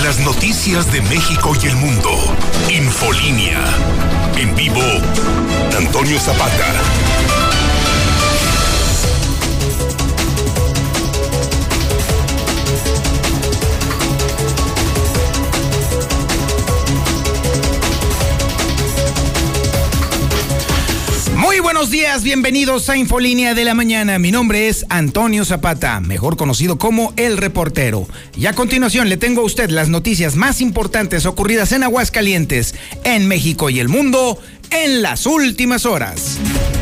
las noticias de México y el mundo. Infolínea. En vivo, Antonio Zapata. Muy buenos días, bienvenidos a Infolínea de la Mañana. Mi nombre es Antonio Zapata, mejor conocido como El Reportero. Y a continuación le tengo a usted las noticias más importantes ocurridas en Aguascalientes, en México y el mundo, en las últimas horas.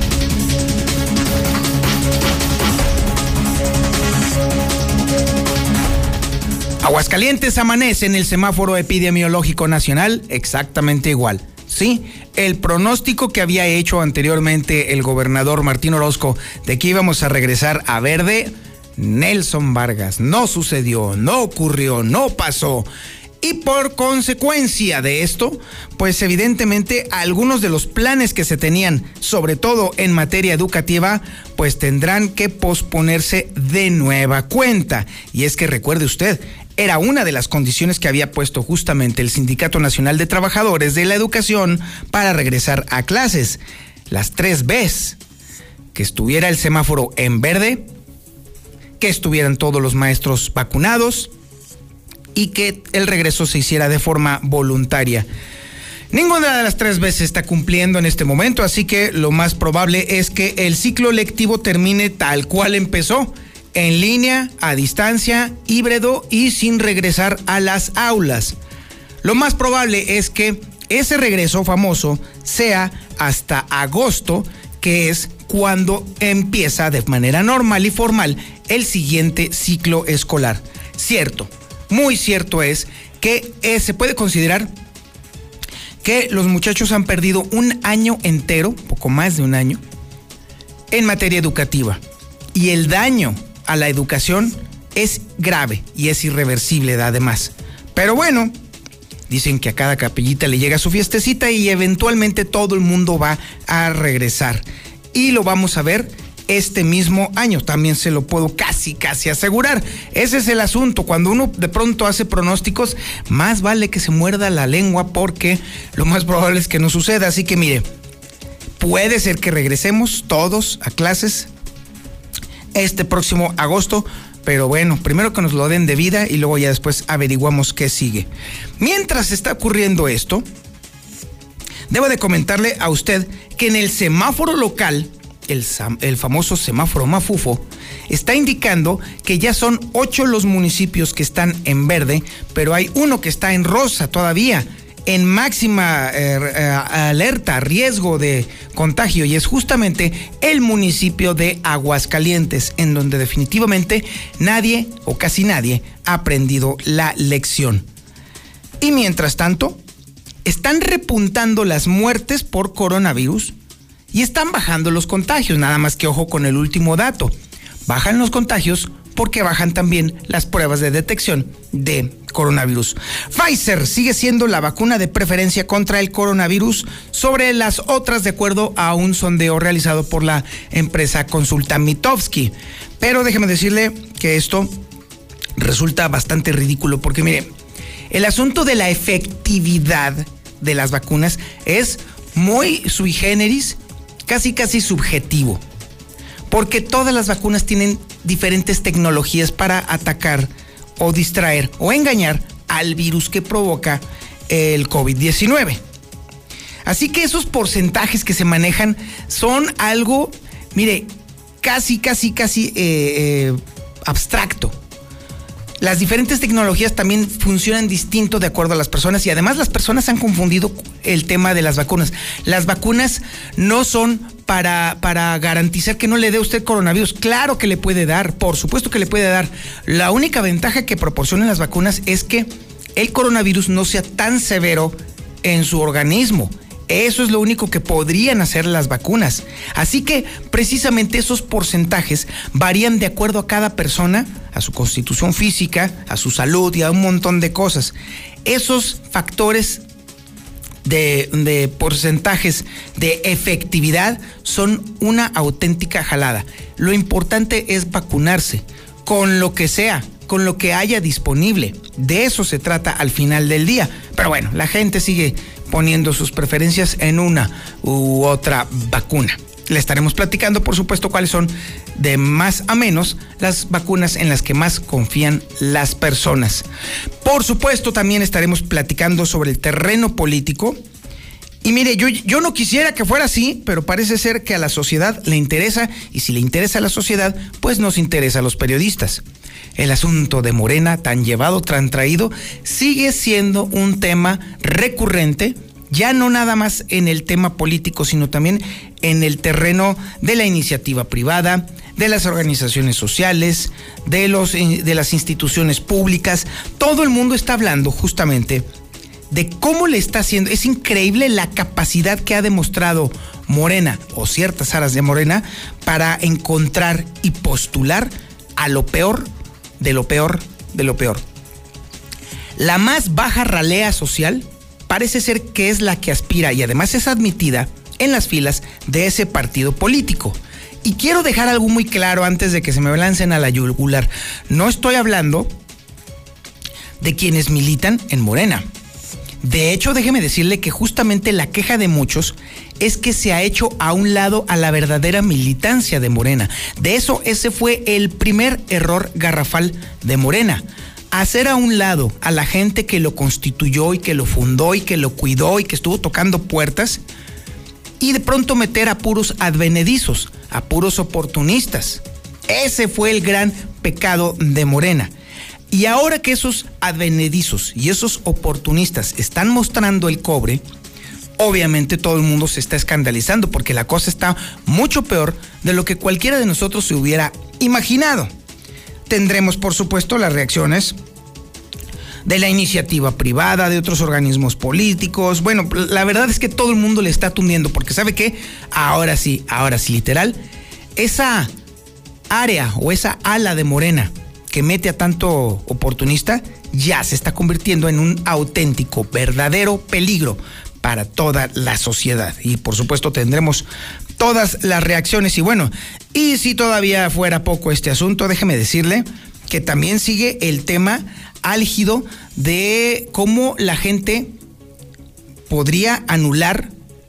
Aguascalientes amanece en el semáforo epidemiológico nacional exactamente igual. Sí, el pronóstico que había hecho anteriormente el gobernador Martín Orozco de que íbamos a regresar a verde, Nelson Vargas, no sucedió, no ocurrió, no pasó. Y por consecuencia de esto, pues evidentemente algunos de los planes que se tenían, sobre todo en materia educativa, pues tendrán que posponerse de nueva cuenta. Y es que recuerde usted, era una de las condiciones que había puesto justamente el Sindicato Nacional de Trabajadores de la Educación para regresar a clases. Las 3 Bs, que estuviera el semáforo en verde, que estuvieran todos los maestros vacunados y que el regreso se hiciera de forma voluntaria. Ninguna de las 3 Bs se está cumpliendo en este momento, así que lo más probable es que el ciclo lectivo termine tal cual empezó, en línea, a distancia, híbrido y sin regresar a las aulas. Lo más probable es que ese regreso famoso sea hasta agosto, que es cuando empieza de manera normal y formal el siguiente ciclo escolar. Cierto, muy cierto es que se puede considerar que los muchachos han perdido un año entero, poco más de un año, en materia educativa. Y el daño a la educación es grave y es irreversible además. Pero bueno, dicen que a cada capellita le llega su fiestecita y eventualmente todo el mundo va a regresar. Y lo vamos a ver este mismo año, también se lo puedo casi asegurar. Ese es el asunto, cuando uno de pronto hace pronósticos, más vale que se muerda la lengua porque lo más probable es que no suceda. Así que mire, puede ser que regresemos todos a clases este próximo agosto, pero bueno, primero que nos lo den de vida y luego ya después averiguamos qué sigue. Mientras está ocurriendo esto, debo de comentarle a usted que en el semáforo local, el famoso semáforo Mafufo, está indicando que ya son 8 los municipios que están en verde, pero hay uno que está en rosa todavía, en máxima alerta, riesgo de contagio, y es justamente el municipio de Aguascalientes, en donde definitivamente nadie o casi nadie ha aprendido la lección. Y mientras tanto, están repuntando las muertes por coronavirus y están bajando los contagios, nada más que ojo con el último dato. Bajan los contagios porque bajan también las pruebas de detección de coronavirus. Pfizer sigue siendo la vacuna de preferencia contra el coronavirus sobre las otras, de acuerdo a un sondeo realizado por la empresa Consulta Mitofsky. Pero déjeme decirle que esto resulta bastante ridículo porque mire, el asunto de la efectividad de las vacunas es muy sui generis, casi subjetivo, porque todas las vacunas tienen diferentes tecnologías para atacar o distraer o engañar al virus que provoca el COVID-19. Así que esos porcentajes que se manejan son algo, mire, casi abstracto. Las diferentes tecnologías también funcionan distinto de acuerdo a las personas y además las personas han confundido el tema de las vacunas. Las vacunas no son para garantizar que no le dé a usted coronavirus. Claro que le puede dar, por supuesto que le puede dar. La única ventaja que proporcionan las vacunas es que el coronavirus no sea tan severo en su organismo. Eso es lo único que podrían hacer las vacunas. Así que precisamente esos porcentajes varían de acuerdo a cada persona, a su constitución física, a su salud y a un montón de cosas. Esos factores de porcentajes de efectividad son una auténtica jalada. Lo importante es vacunarse con lo que sea, con lo que haya disponible. De eso se trata al final del día. Pero bueno, la gente sigue poniendo sus preferencias en una u otra vacuna. Le estaremos platicando, por supuesto, cuáles son de más a menos las vacunas en las que más confían las personas. Por supuesto, también estaremos platicando sobre el terreno político. Y mire, yo no quisiera que fuera así, pero parece ser que a la sociedad le interesa, y si le interesa a la sociedad, pues nos interesa a los periodistas. El asunto de Morena, tan llevado, tan traído, sigue siendo un tema recurrente, ya no nada más en el tema político, sino también en el terreno de la iniciativa privada, de las organizaciones sociales, de las instituciones públicas. Todo el mundo está hablando justamente de cómo le está haciendo. Es increíble la capacidad que ha demostrado Morena, o ciertas aras de Morena, para encontrar y postular a lo peor de lo peor de lo peor. La más baja ralea social parece ser que es la que aspira y además es admitida en las filas de ese partido político. Y quiero dejar algo muy claro antes de que se me lancen a la yugular. No estoy hablando de quienes militan en Morena. De hecho, déjeme decirle que justamente la queja de muchos es que se ha hecho a un lado a la verdadera militancia de Morena. Ese fue el primer error garrafal de Morena. Hacer a un lado a la gente que lo constituyó y que lo fundó y que lo cuidó y que estuvo tocando puertas, y de pronto meter a puros advenedizos, a puros oportunistas. Ese fue el gran pecado de Morena. Y ahora que esos advenedizos y esos oportunistas están mostrando el cobre, obviamente todo el mundo se está escandalizando porque la cosa está mucho peor de lo que cualquiera de nosotros se hubiera imaginado. Tendremos, por supuesto, las reacciones de la iniciativa privada, de otros organismos políticos. Bueno, la verdad es que todo el mundo le está tundiendo porque ¿sabe qué? Ahora sí, literal, esa área o esa ala de Morena que mete a tanto oportunista ya se está convirtiendo en un auténtico, verdadero peligro para toda la sociedad. Y por supuesto tendremos todas las reacciones. Y bueno, y si todavía fuera poco este asunto, déjeme decirle que también sigue el tema álgido de cómo la gente podría anular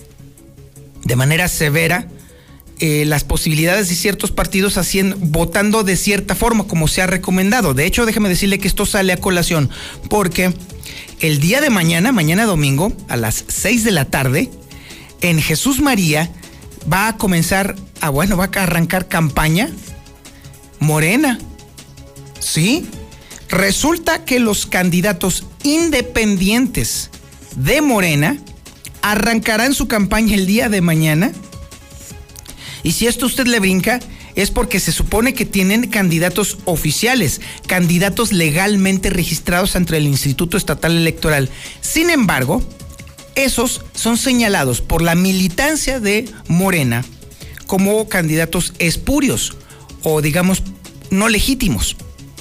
de manera severa las posibilidades de ciertos partidos votando de cierta forma, como se ha recomendado. De hecho, déjeme decirle que esto sale a colación porque el día de mañana domingo, a las 6 de la tarde, en Jesús María va a arrancar campaña Morena. Sí, resulta que los candidatos independientes de Morena arrancarán su campaña el día de mañana. Y si esto usted le brinca, es porque se supone que tienen candidatos oficiales, candidatos legalmente registrados ante el Instituto Estatal Electoral. Sin embargo, esos son señalados por la militancia de Morena como candidatos espurios o, digamos, no legítimos.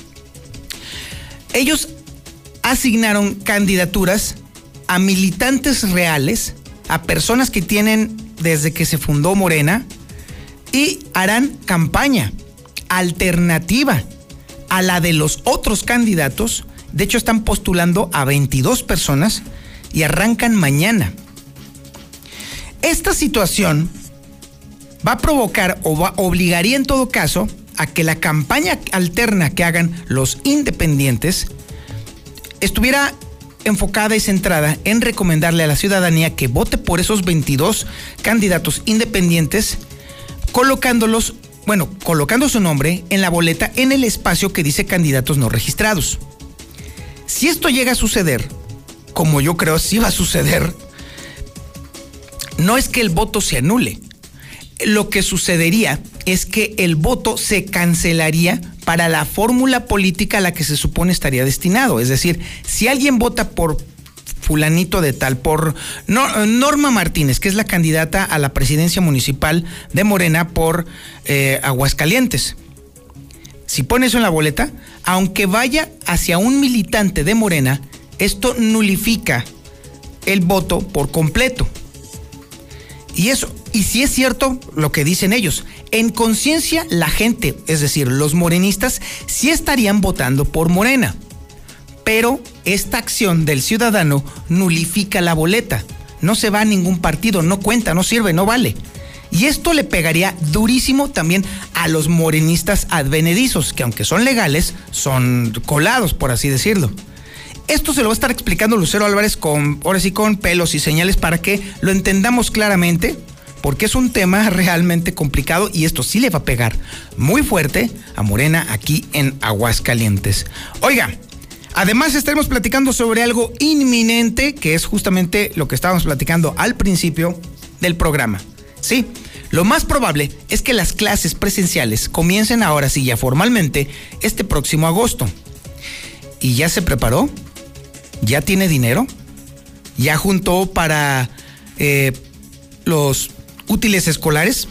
Ellos asignaron candidaturas a militantes reales, a personas que tienen desde que se fundó Morena, y harán campaña alternativa a la de los otros candidatos. De hecho, están postulando a 22 personas y arrancan mañana. Esta situación va a provocar obligaría en todo caso a que la campaña alterna que hagan los independientes estuviera enfocada y centrada en recomendarle a la ciudadanía que vote por esos 22 candidatos independientes, colocando su nombre en la boleta en el espacio que dice candidatos no registrados. Si esto llega a suceder, como yo creo sí va a suceder, no es que el voto se anule. Lo que sucedería es que el voto se cancelaría para la fórmula política a la que se supone estaría destinado. Es decir, si alguien vota por fulanito de tal, por Norma Martínez, que es la candidata a la presidencia municipal de Morena por Aguascalientes. Si pone eso en la boleta, aunque vaya hacia un militante de Morena, esto nulifica el voto por completo. Y eso Y si es cierto lo que dicen ellos, en conciencia la gente, es decir, los morenistas, sí estarían votando por Morena. Pero esta acción del ciudadano nulifica la boleta. No se va a ningún partido, no cuenta, no sirve, no vale. Y esto le pegaría durísimo también a los morenistas advenedizos, que aunque son legales, son colados, por así decirlo. Esto se lo va a estar explicando Lucero Álvarez ahora sí con pelos y señales para que lo entendamos claramente, porque es un tema realmente complicado y esto sí le va a pegar muy fuerte a Morena aquí en Aguascalientes. Oiga, además estaremos platicando sobre algo inminente, que es justamente lo que estábamos platicando al principio del programa. Sí, lo más probable es que las clases presenciales comiencen ahora sí ya formalmente este próximo agosto. ¿Y ya se preparó? ¿Ya tiene dinero? ¿Ya juntó para los útiles escolares?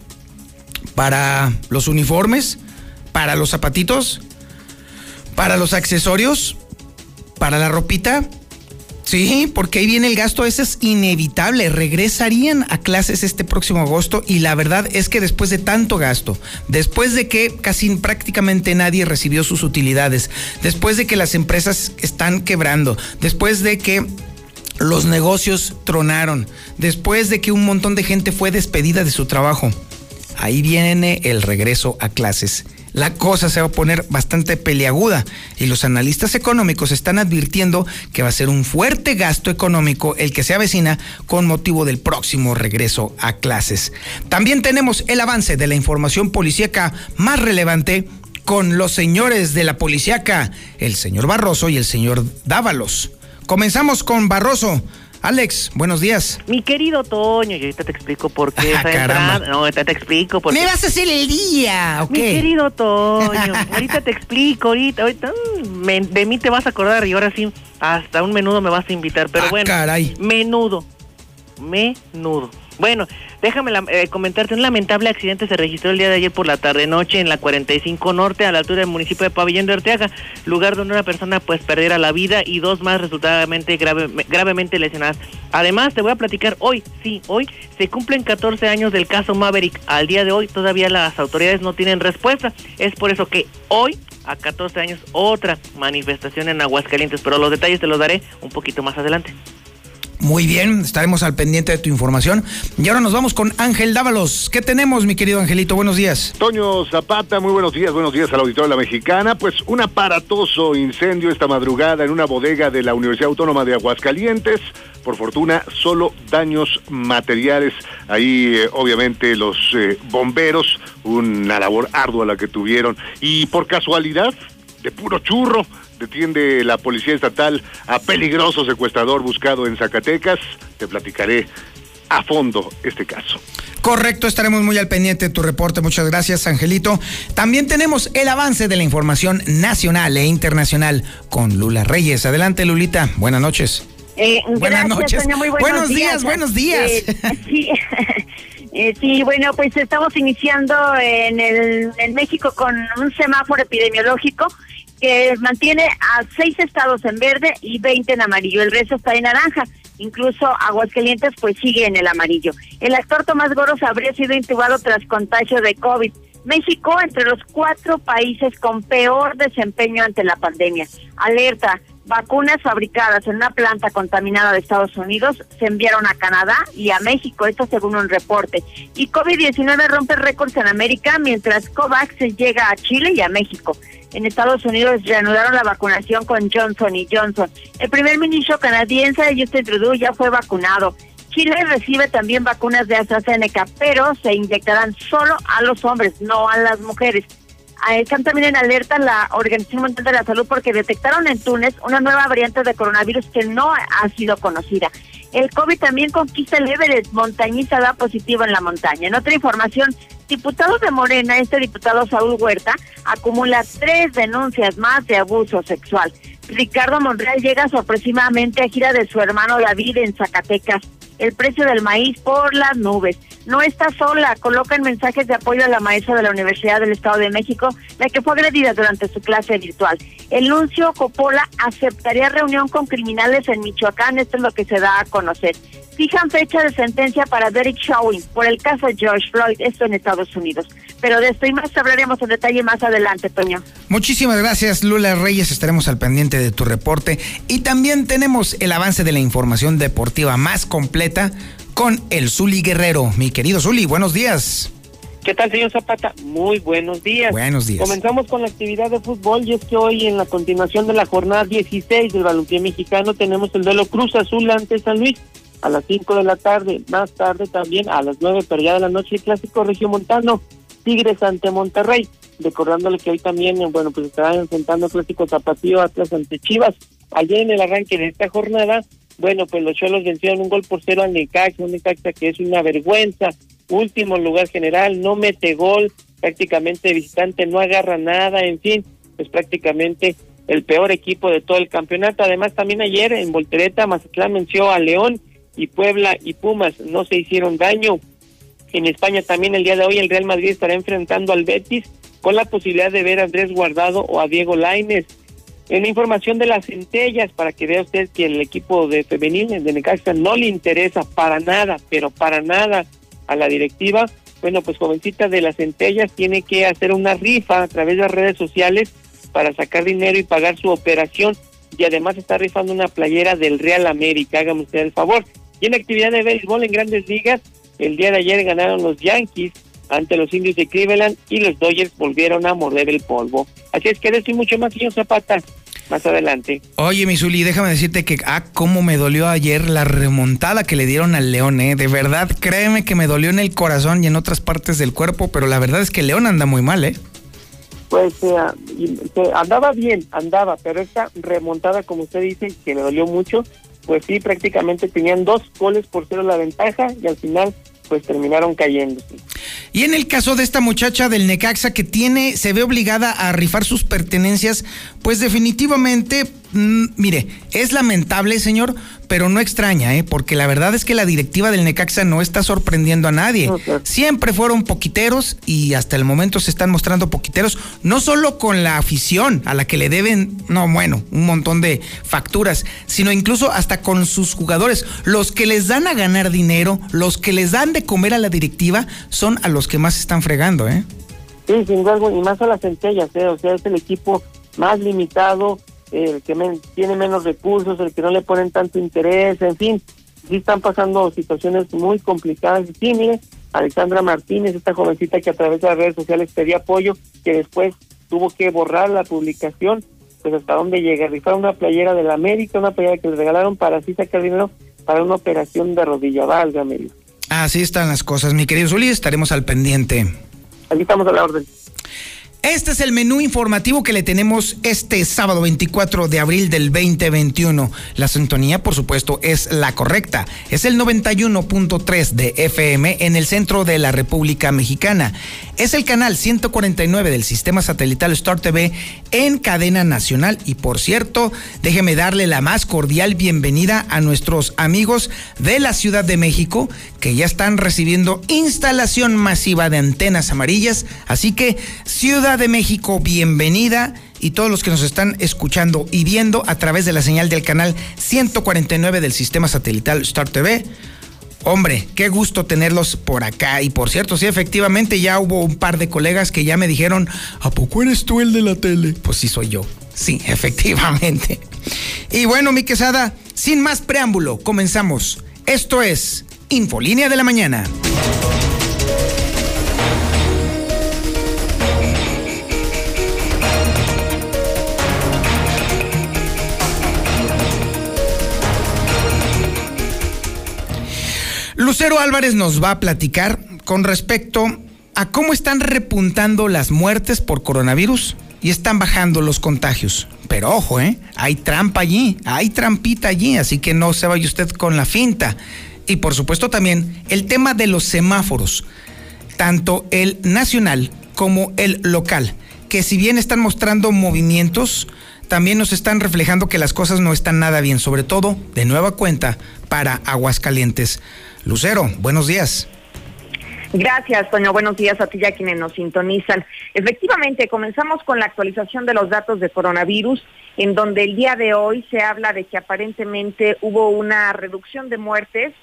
¿Para los uniformes? ¿Para los zapatitos? ¿Para los accesorios? ¿Para la ropita? Sí, porque ahí viene el gasto, ese es inevitable. Regresarían a clases este próximo agosto y la verdad es que después de tanto gasto, después de que casi prácticamente nadie recibió sus utilidades, después de que las empresas están quebrando, después de que los negocios tronaron, después de que un montón de gente fue despedida de su trabajo, ahí viene el regreso a clases. La cosa se va a poner bastante peliaguda y los analistas económicos están advirtiendo que va a ser un fuerte gasto económico el que se avecina con motivo del próximo regreso a clases. También tenemos el avance de la información policíaca más relevante con los señores de la policíaca, el señor Barroso y el señor Dávalos. Comenzamos con Barroso. Alex, buenos días. Mi querido Toño, y ahorita te explico por qué esa entrada. No, ahorita te explico por qué. ¿Me vas a hacer el día o qué? Mi querido Toño, ahorita te explico, ahorita de mí te vas a acordar y ahora sí, hasta un menudo me vas a invitar, pero bueno. Caray. Menudo. Bueno, déjame comentarte, un lamentable accidente se registró el día de ayer por la tarde-noche en la 45 Norte, a la altura del municipio de Pabellón de Arteaga, lugar donde una persona pues perdiera la vida y dos más resultaron gravemente lesionadas. Además, te voy a platicar hoy se cumplen 14 años del caso Maverick. Al día de hoy todavía las autoridades no tienen respuesta. Es por eso que hoy, a 14 años, otra manifestación en Aguascalientes, pero los detalles te los daré un poquito más adelante. Muy bien, estaremos al pendiente de tu información. Y ahora nos vamos con Ángel Dávalos. ¿Qué tenemos, mi querido Angelito? Buenos días. Toño Zapata, muy buenos días al auditorio de La Mexicana. Pues un aparatoso incendio esta madrugada en una bodega de la Universidad Autónoma de Aguascalientes. Por fortuna, solo daños materiales. Ahí, obviamente, los bomberos, una labor ardua la que tuvieron. Y por casualidad, de puro churro, detiene la Policía Estatal a peligroso secuestrador buscado en Zacatecas. Te platicaré a fondo este caso. Correcto, estaremos muy al pendiente de tu reporte. Muchas gracias, Angelito. También tenemos el avance de la información nacional e internacional con Lula Reyes. Adelante, Lulita. Buenas noches. Buenas noches. Toño, muy buenos días. Buenos días. Sí, bueno, pues estamos iniciando en México con un semáforo epidemiológico que mantiene a 6 estados en verde y 20 en amarillo. El resto está en naranja. Incluso Aguascalientes pues sigue en el amarillo. El actor Tomás Boros habría sido intubado tras contagio de COVID. México entre los 4 países con peor desempeño ante la pandemia. Alerta, vacunas fabricadas en una planta contaminada de Estados Unidos se enviaron a Canadá y a México, esto según un reporte. Y COVID-19 rompe récords en América, mientras COVAX llega a Chile y a México. En Estados Unidos reanudaron la vacunación con Johnson & Johnson. El primer ministro canadiense Justin Trudeau ya fue vacunado. Chile recibe también vacunas de AstraZeneca, pero se inyectarán solo a los hombres, no a las mujeres. Están también en alerta la Organización Mundial de la Salud porque detectaron en Túnez una nueva variante de coronavirus que no ha sido conocida. El COVID también conquista el Everest, montañista da positivo en la montaña. En otra información, diputado de Morena, diputado Saúl Huerta, acumula 3 denuncias más de abuso sexual. Ricardo Monreal llega sorpresivamente a gira de su hermano David en Zacatecas. El precio del maíz por las nubes. No está sola, colocan mensajes de apoyo a la maestra de la Universidad del Estado de México, la que fue agredida durante su clase virtual. el nuncio Coppola aceptaría reunión con criminales en Michoacán, esto es lo que se da a conocer. Fijan fecha de sentencia para Derek Chauvin por el caso de George Floyd, esto en Estados Unidos. Pero de esto y más hablaremos en detalle más adelante, Toño. Muchísimas gracias, Lula Reyes, estaremos al pendiente de tu reporte. Y también tenemos el avance de la información deportiva más completa con el Zuli Guerrero. Mi querido Zuli, buenos días. ¿Qué tal, señor Zapata? Muy buenos días. Buenos días. Comenzamos con la actividad de fútbol y es que hoy en la continuación de la jornada 16 del balompié mexicano tenemos el duelo Cruz Azul ante San Luis a las 5 de la tarde. Más tarde también a las 9, pero ya de la noche, el clásico regiomontano Tigres ante Monterrey. Recordándole que hoy también, pues estarán enfrentando el clásico tapatío Atlas ante Chivas. Ayer en el arranque de esta jornada, pues los Cholos vencieron 1-0 al Necaxa, un Necaxa que es una vergüenza. Último lugar general, no mete gol, prácticamente visitante no agarra nada, en fin, pues prácticamente el peor equipo de todo el campeonato. Además también ayer en Voltereta Mazatlán venció a León y Puebla y Pumas no se hicieron daño. En España también el día de hoy el Real Madrid estará enfrentando al Betis con la posibilidad de ver a Andrés Guardado o a Diego Lainez. En la información de las centellas, para que vea usted que el equipo de femenil de Necaxa no le interesa para nada, pero para nada a la directiva. Pues jovencita de las centellas tiene que hacer una rifa a través de las redes sociales para sacar dinero y pagar su operación, y además está rifando una playera del Real América, hágame usted el favor. Y en actividad de béisbol en Grandes Ligas, el día de ayer ganaron los Yankees ante los Indios de Cleveland y los Dodgers volvieron a morder el polvo. Así es que de esto y mucho más, señor Zapata, más adelante. Oye, mi Zuli, déjame decirte que cómo me dolió ayer la remontada que le dieron al León, de verdad, créeme que me dolió en el corazón y en otras partes del cuerpo, pero la verdad es que el León anda muy mal, Pues andaba bien, pero esta remontada, como usted dice, que le dolió mucho, pues sí, prácticamente tenían 2-0 la ventaja y al final pues terminaron cayéndose. Y en el caso de esta muchacha del Necaxa que se ve obligada a rifar sus pertenencias, pues definitivamente, mire, es lamentable, señor, pero no extraña, porque la verdad es que la directiva del Necaxa no está sorprendiendo a nadie. Okay. Siempre fueron poquiteros y hasta el momento se están mostrando poquiteros, no solo con la afición a la que le deben, un montón de facturas, sino incluso hasta con sus jugadores. Los que les dan a ganar dinero, los que les dan de comer a la directiva, son a los que más están fregando, Sí, sin duda, y más a las centellas, o sea, es el equipo más limitado, el que tiene menos recursos, el que no le ponen tanto interés, en fin, sí están pasando situaciones muy complicadas. Y sí, mire, Alexandra Martínez, esta jovencita que a través de las redes sociales pedía apoyo, que después tuvo que borrar la publicación, pues hasta dónde llega, rifar una playera de la América, una playera que le regalaron para así sacar dinero para una operación de rodilla, válgame Dios. Así están las cosas, mi querido Zuli, estaremos al pendiente. Aquí estamos a la orden. Este es el menú informativo que le tenemos este sábado 24 de abril del 2021. La sintonía, por supuesto, es la correcta. Es el 91.3 de FM en el centro de la República Mexicana. Es el canal 149 del sistema satelital Star TV en cadena nacional. Y por cierto, déjeme darle la más cordial bienvenida a nuestros amigos de la Ciudad de México, que ya están recibiendo instalación masiva de antenas amarillas. Así que, Ciudad de México, bienvenida, y todos los que nos están escuchando y viendo a través de la señal del canal 149 del sistema satelital Star TV. Hombre, qué gusto tenerlos por acá. Y por cierto, sí, efectivamente ya hubo un par de colegas que ya me dijeron, ¿a poco eres tú el de la tele? Pues sí, soy yo. Sí, efectivamente. Y bueno, mi Quesada, sin más preámbulo, comenzamos. Esto es Infolínea de la Mañana. Lucero Álvarez nos va a platicar con respecto a cómo están repuntando las muertes por coronavirus y están bajando los contagios. Pero ojo, hay trampa allí, hay trampita allí, así que no se vaya usted con la finta. Y por supuesto también el tema de los semáforos, tanto el nacional como el local, que si bien están mostrando movimientos, también nos están reflejando que las cosas no están nada bien, sobre todo, de nueva cuenta, para Aguascalientes. Lucero, buenos días. Gracias, Toño. Buenos días a ti y a quienes nos sintonizan. Efectivamente, comenzamos con la actualización de los datos de coronavirus, en donde el día de hoy se habla de que aparentemente hubo una reducción de muertes,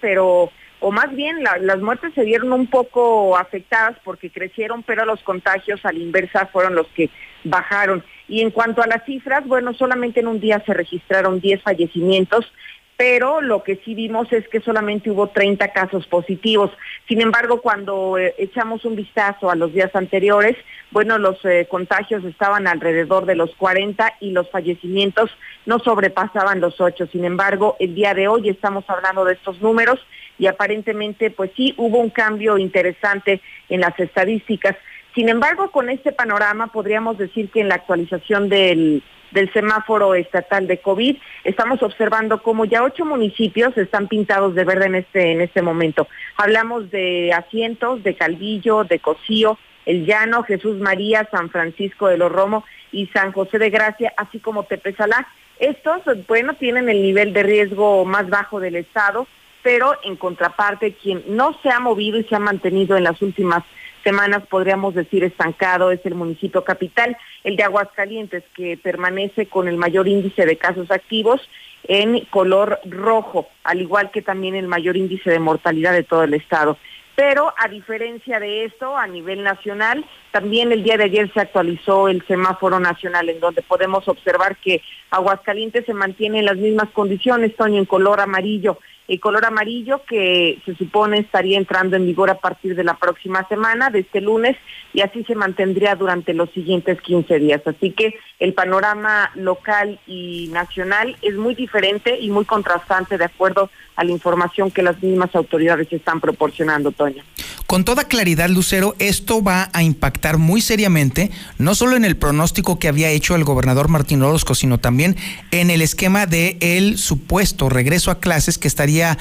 o más bien las muertes se vieron un poco afectadas porque crecieron, pero los contagios a la inversa fueron los que bajaron. Y en cuanto a las cifras, bueno, solamente en un día se registraron 10 fallecimientos, pero lo que sí vimos es que solamente hubo 30 casos positivos. Sin embargo, cuando echamos un vistazo a los días anteriores, bueno, los contagios estaban alrededor de los 40 y los fallecimientos no sobrepasaban los 8. Sin embargo, el día de hoy estamos hablando de estos números y aparentemente, pues sí, hubo un cambio interesante en las estadísticas. Sin embargo, con este panorama podríamos decir que en la actualización del semáforo estatal de COVID, estamos observando cómo ya 8 municipios están pintados de verde en este momento. Hablamos de Asientos, de Calvillo, de Cocío, El Llano, Jesús María, San Francisco de los Romo y San José de Gracia, así como Tepesalá. Estos, bueno, tienen el nivel de riesgo más bajo del estado, pero en contraparte, quien no se ha movido y se ha mantenido en las últimas semanas, podríamos decir estancado, es el municipio capital, el de Aguascalientes, que permanece con el mayor índice de casos activos en color rojo, al igual que también el mayor índice de mortalidad de todo el estado. Pero a diferencia de esto, a nivel nacional, también el día de ayer se actualizó el semáforo nacional, en donde podemos observar que Aguascalientes se mantiene en las mismas condiciones, Toño, en color amarillo. El color amarillo que se supone estaría entrando en vigor a partir de la próxima semana, de este lunes, y así se mantendría durante los siguientes 15 días. Así que el panorama local y nacional es muy diferente y muy contrastante de acuerdo a la información que las mismas autoridades están proporcionando, Toño. Con toda claridad, Lucero, esto va a impactar muy seriamente, no solo en el pronóstico que había hecho el gobernador Martín Orozco, sino también en el esquema de el supuesto regreso a clases que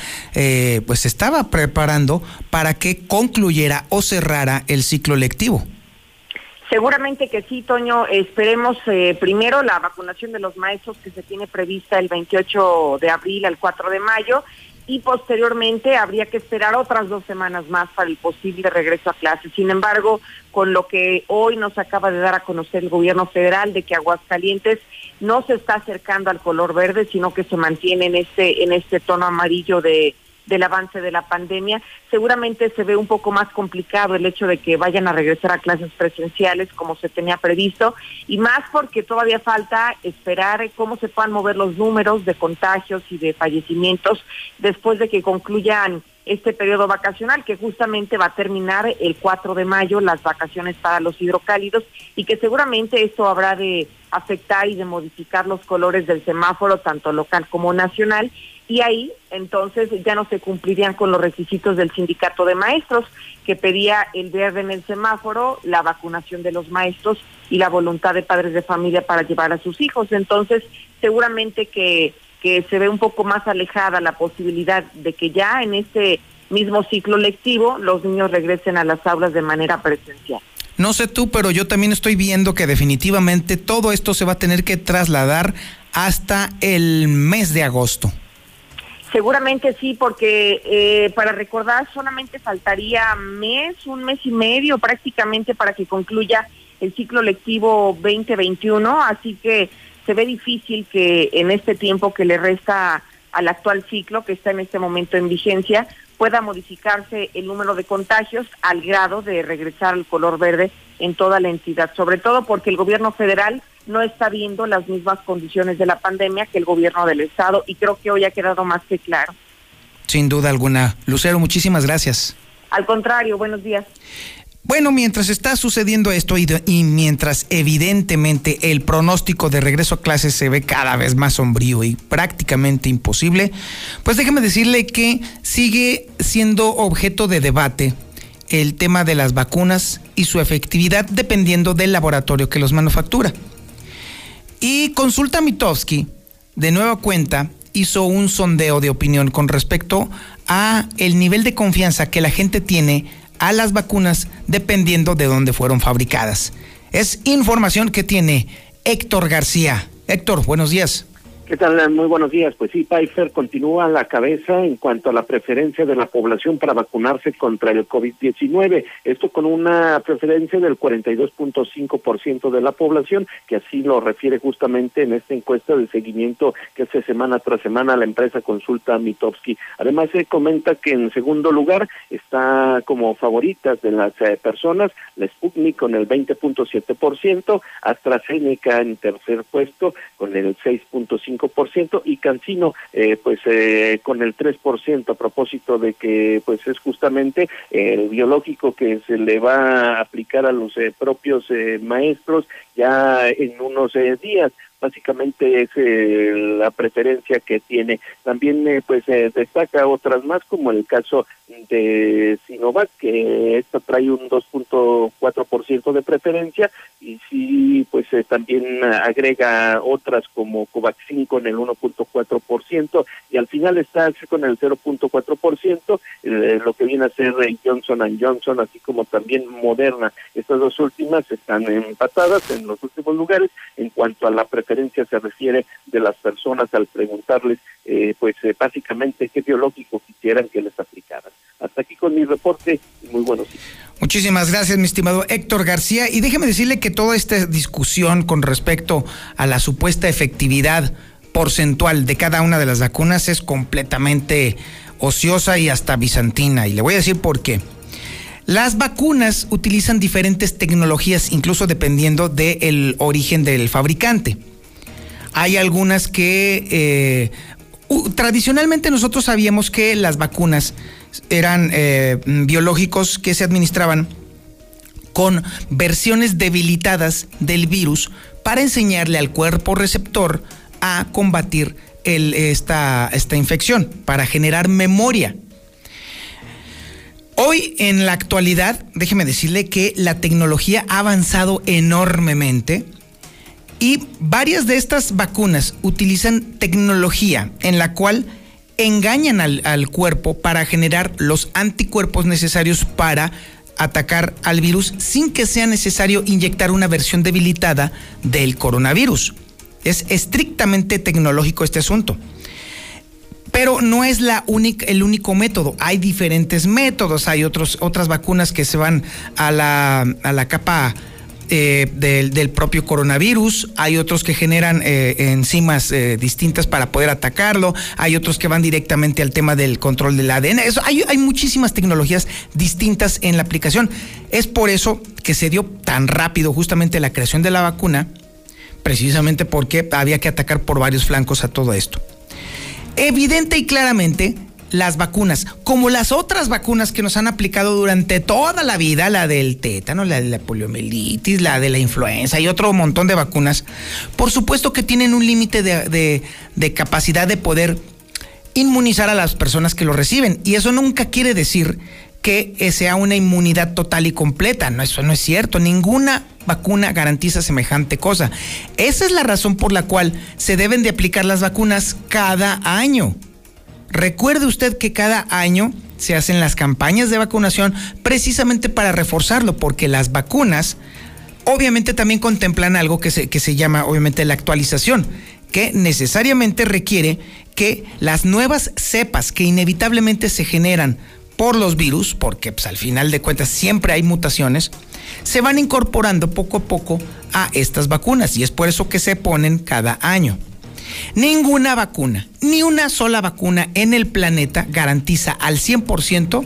pues estaba preparando para que concluyera o cerrara el ciclo lectivo. Seguramente que sí, Toño. Esperemos primero la vacunación de los maestros que se tiene prevista el 28 de abril al 4 de mayo y posteriormente habría que esperar otras 2 semanas más para el posible regreso a clases. Sin embargo, con lo que hoy nos acaba de dar a conocer el gobierno federal de que Aguascalientes no se está acercando al color verde, sino que se mantiene en este tono amarillo del avance de la pandemia, seguramente se ve un poco más complicado el hecho de que vayan a regresar a clases presenciales como se tenía previsto, y más porque todavía falta esperar cómo se puedan mover los números de contagios y de fallecimientos después de que concluyan este periodo vacacional, que justamente va a terminar el 4 de mayo, las vacaciones para los hidrocálidos, y que seguramente esto habrá de afectar y de modificar los colores del semáforo, tanto local como nacional, y ahí entonces ya no se cumplirían con los requisitos del sindicato de maestros, que pedía el verde en el semáforo, la vacunación de los maestros y la voluntad de padres de familia para llevar a sus hijos. Entonces, seguramente que se ve un poco más alejada la posibilidad de que ya en este mismo ciclo lectivo los niños regresen a las aulas de manera presencial. No sé tú, pero yo también estoy viendo que definitivamente todo esto se va a tener que trasladar hasta el mes de agosto. Seguramente sí, porque para recordar solamente faltaría un mes y medio prácticamente para que concluya el ciclo lectivo 2021, así que se ve difícil que en este tiempo que le resta al actual ciclo, que está en este momento en vigencia, pueda modificarse el número de contagios al grado de regresar al color verde en toda la entidad, sobre todo porque el gobierno federal no está viendo las mismas condiciones de la pandemia que el gobierno del estado, y creo que hoy ha quedado más que claro. Sin duda alguna. Lucero, muchísimas gracias. Al contrario, buenos días. Bueno, mientras está sucediendo esto y mientras evidentemente el pronóstico de regreso a clases se ve cada vez más sombrío y prácticamente imposible, pues déjeme decirle que sigue siendo objeto de debate el tema de las vacunas y su efectividad dependiendo del laboratorio que los manufactura. Y Consulta Mitofsky, de nueva cuenta, hizo un sondeo de opinión con respecto a el nivel de confianza que la gente tiene a las vacunas dependiendo de dónde fueron fabricadas. Es información que tiene Héctor García. Héctor, buenos días. ¿Qué tal? Muy buenos días. Pues sí, Pfizer continúa a la cabeza en cuanto a la preferencia de la población para vacunarse contra el COVID-19. Esto con una preferencia del 42.5% de la población, que así lo refiere justamente en esta encuesta de seguimiento que hace semana tras semana la empresa Consulta Mitofsky. Además, se comenta que en segundo lugar está como favoritas de las personas la Sputnik con el 20.7%, AstraZeneca en tercer puesto con el 6.5%, y CanSino con el 3%, a propósito de que pues es justamente el biológico que se le va a aplicar a los propios maestros ya en unos días. Básicamente es la preferencia que tiene. También destaca otras más, como el caso de Sinovac, que esta trae un 2.4% de preferencia, y sí, también agrega otras como Covaxin con el 1.4%, y al final está con el 0.4%, lo que viene a ser Johnson & Johnson, así como también Moderna. Estas dos últimas están empatadas en los últimos lugares en cuanto a la preferencia se refiere de las personas al preguntarles básicamente qué biológico quisieran que les aplicaran. Hasta aquí con mi reporte y muy buenos días. Muchísimas gracias, mi estimado Héctor García, y déjeme decirle que toda esta discusión con respecto a la supuesta efectividad porcentual de cada una de las vacunas es completamente ociosa y hasta bizantina, y le voy a decir por qué. Las vacunas utilizan diferentes tecnologías, incluso dependiendo del origen del fabricante. Hay algunas que tradicionalmente nosotros sabíamos que las vacunas eran biológicos que se administraban con versiones debilitadas del virus para enseñarle al cuerpo receptor a combatir esta infección, para generar memoria. Hoy, en la actualidad, déjeme decirle que la tecnología ha avanzado enormemente y varias de estas vacunas utilizan tecnología en la cual engañan al cuerpo para generar los anticuerpos necesarios para atacar al virus sin que sea necesario inyectar una versión debilitada del coronavirus. Es estrictamente tecnológico este asunto. Pero no es el único método. Hay diferentes métodos. Hay otras vacunas que se van a la capa del propio coronavirus. Hay otros que generan enzimas distintas para poder atacarlo. Hay otros que van directamente al tema del control del ADN. Hay muchísimas tecnologías distintas en la aplicación. Es por eso que se dio tan rápido justamente la creación de la vacuna, precisamente porque había que atacar por varios flancos a todo esto. Evidente y claramente, las vacunas, como las otras vacunas que nos han aplicado durante toda la vida, la del tétano, la de la poliomielitis, la de la influenza y otro montón de vacunas, por supuesto que tienen un límite de capacidad de poder inmunizar a las personas que lo reciben. Y eso nunca quiere decir que sea una inmunidad total y completa. No, eso no es cierto. Ninguna vacuna garantiza semejante cosa. Esa es la razón por la cual se deben de aplicar las vacunas cada año. Recuerde usted que cada año se hacen las campañas de vacunación precisamente para reforzarlo, porque las vacunas obviamente también contemplan algo que se llama obviamente la actualización, que necesariamente requiere que las nuevas cepas que inevitablemente se generan por los virus, porque al final de cuentas siempre hay mutaciones, se van incorporando poco a poco a estas vacunas, y es por eso que se ponen cada año. Ninguna vacuna, ni una sola vacuna en el planeta garantiza al 100%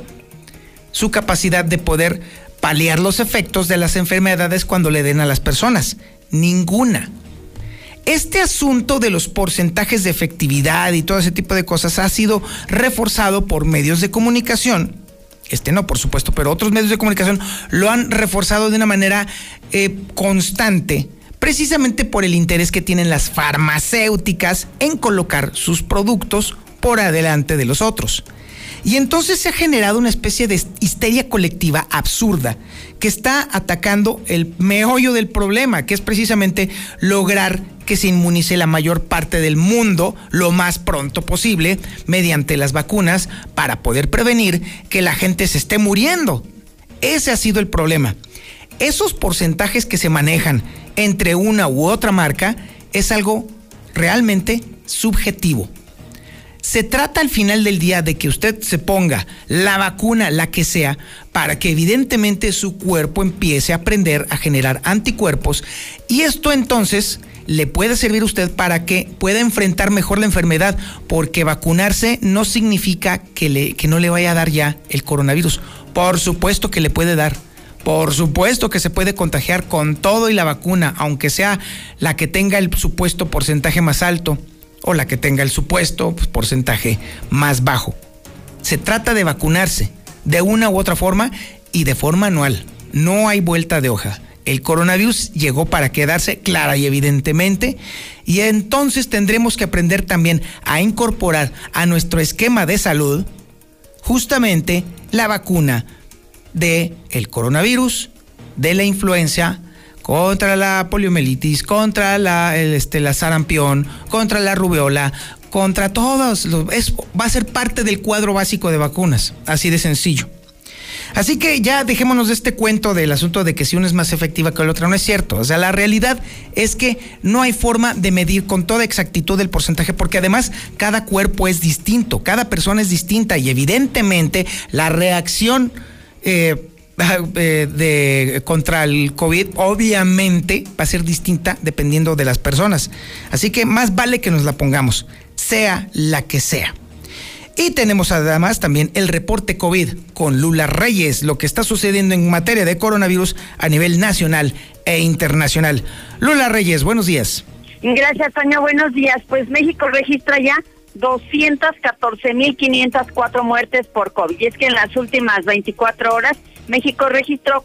su capacidad de poder paliar los efectos de las enfermedades cuando le den a las personas. Ninguna. Este asunto de los porcentajes de efectividad y todo ese tipo de cosas ha sido reforzado por medios de comunicación. No, por supuesto, pero otros medios de comunicación lo han reforzado de una manera constante, precisamente por el interés que tienen las farmacéuticas en colocar sus productos por adelante de los otros. Y entonces se ha generado una especie de histeria colectiva absurda que está atacando el meollo del problema, que es precisamente lograr que se inmunice la mayor parte del mundo lo más pronto posible mediante las vacunas para poder prevenir que la gente se esté muriendo. Ese ha sido el problema. Esos porcentajes que se manejan entre una u otra marca es algo realmente subjetivo. Se trata al final del día de que usted se ponga la vacuna, la que sea, para que evidentemente su cuerpo empiece a aprender a generar anticuerpos, y esto entonces le puede servir a usted para que pueda enfrentar mejor la enfermedad, porque vacunarse no significa que no le vaya a dar ya el coronavirus. Por supuesto que le puede dar. Por supuesto que se puede contagiar con todo y la vacuna, aunque sea la que tenga el supuesto porcentaje más alto o la que tenga el supuesto porcentaje más bajo. Se trata de vacunarse de una u otra forma y de forma anual. No hay vuelta de hoja. El coronavirus llegó para quedarse, clara y evidentemente, y entonces tendremos que aprender también a incorporar a nuestro esquema de salud justamente la vacuna de el coronavirus, de la influenza, contra la poliomielitis, contra la sarampión, contra la rubiola, contra todos va a ser parte del cuadro básico de vacunas, así de sencillo. Así que ya dejémonos de este cuento del asunto de que si una es más efectiva que la otra. No es cierto. O sea, la realidad es que no hay forma de medir con toda exactitud el porcentaje, porque además cada cuerpo es distinto, cada persona es distinta, y evidentemente la reacción contra el COVID obviamente va a ser distinta dependiendo de las personas. Así que más vale que nos la pongamos, sea la que sea. Y tenemos además también el reporte COVID con Lula Reyes, lo que está sucediendo en materia de coronavirus a nivel nacional e internacional. Lula Reyes, buenos días. Gracias, Toño, buenos días. Pues México registra ya 214,504 muertes por COVID. Y es que en las últimas 24 horas México registró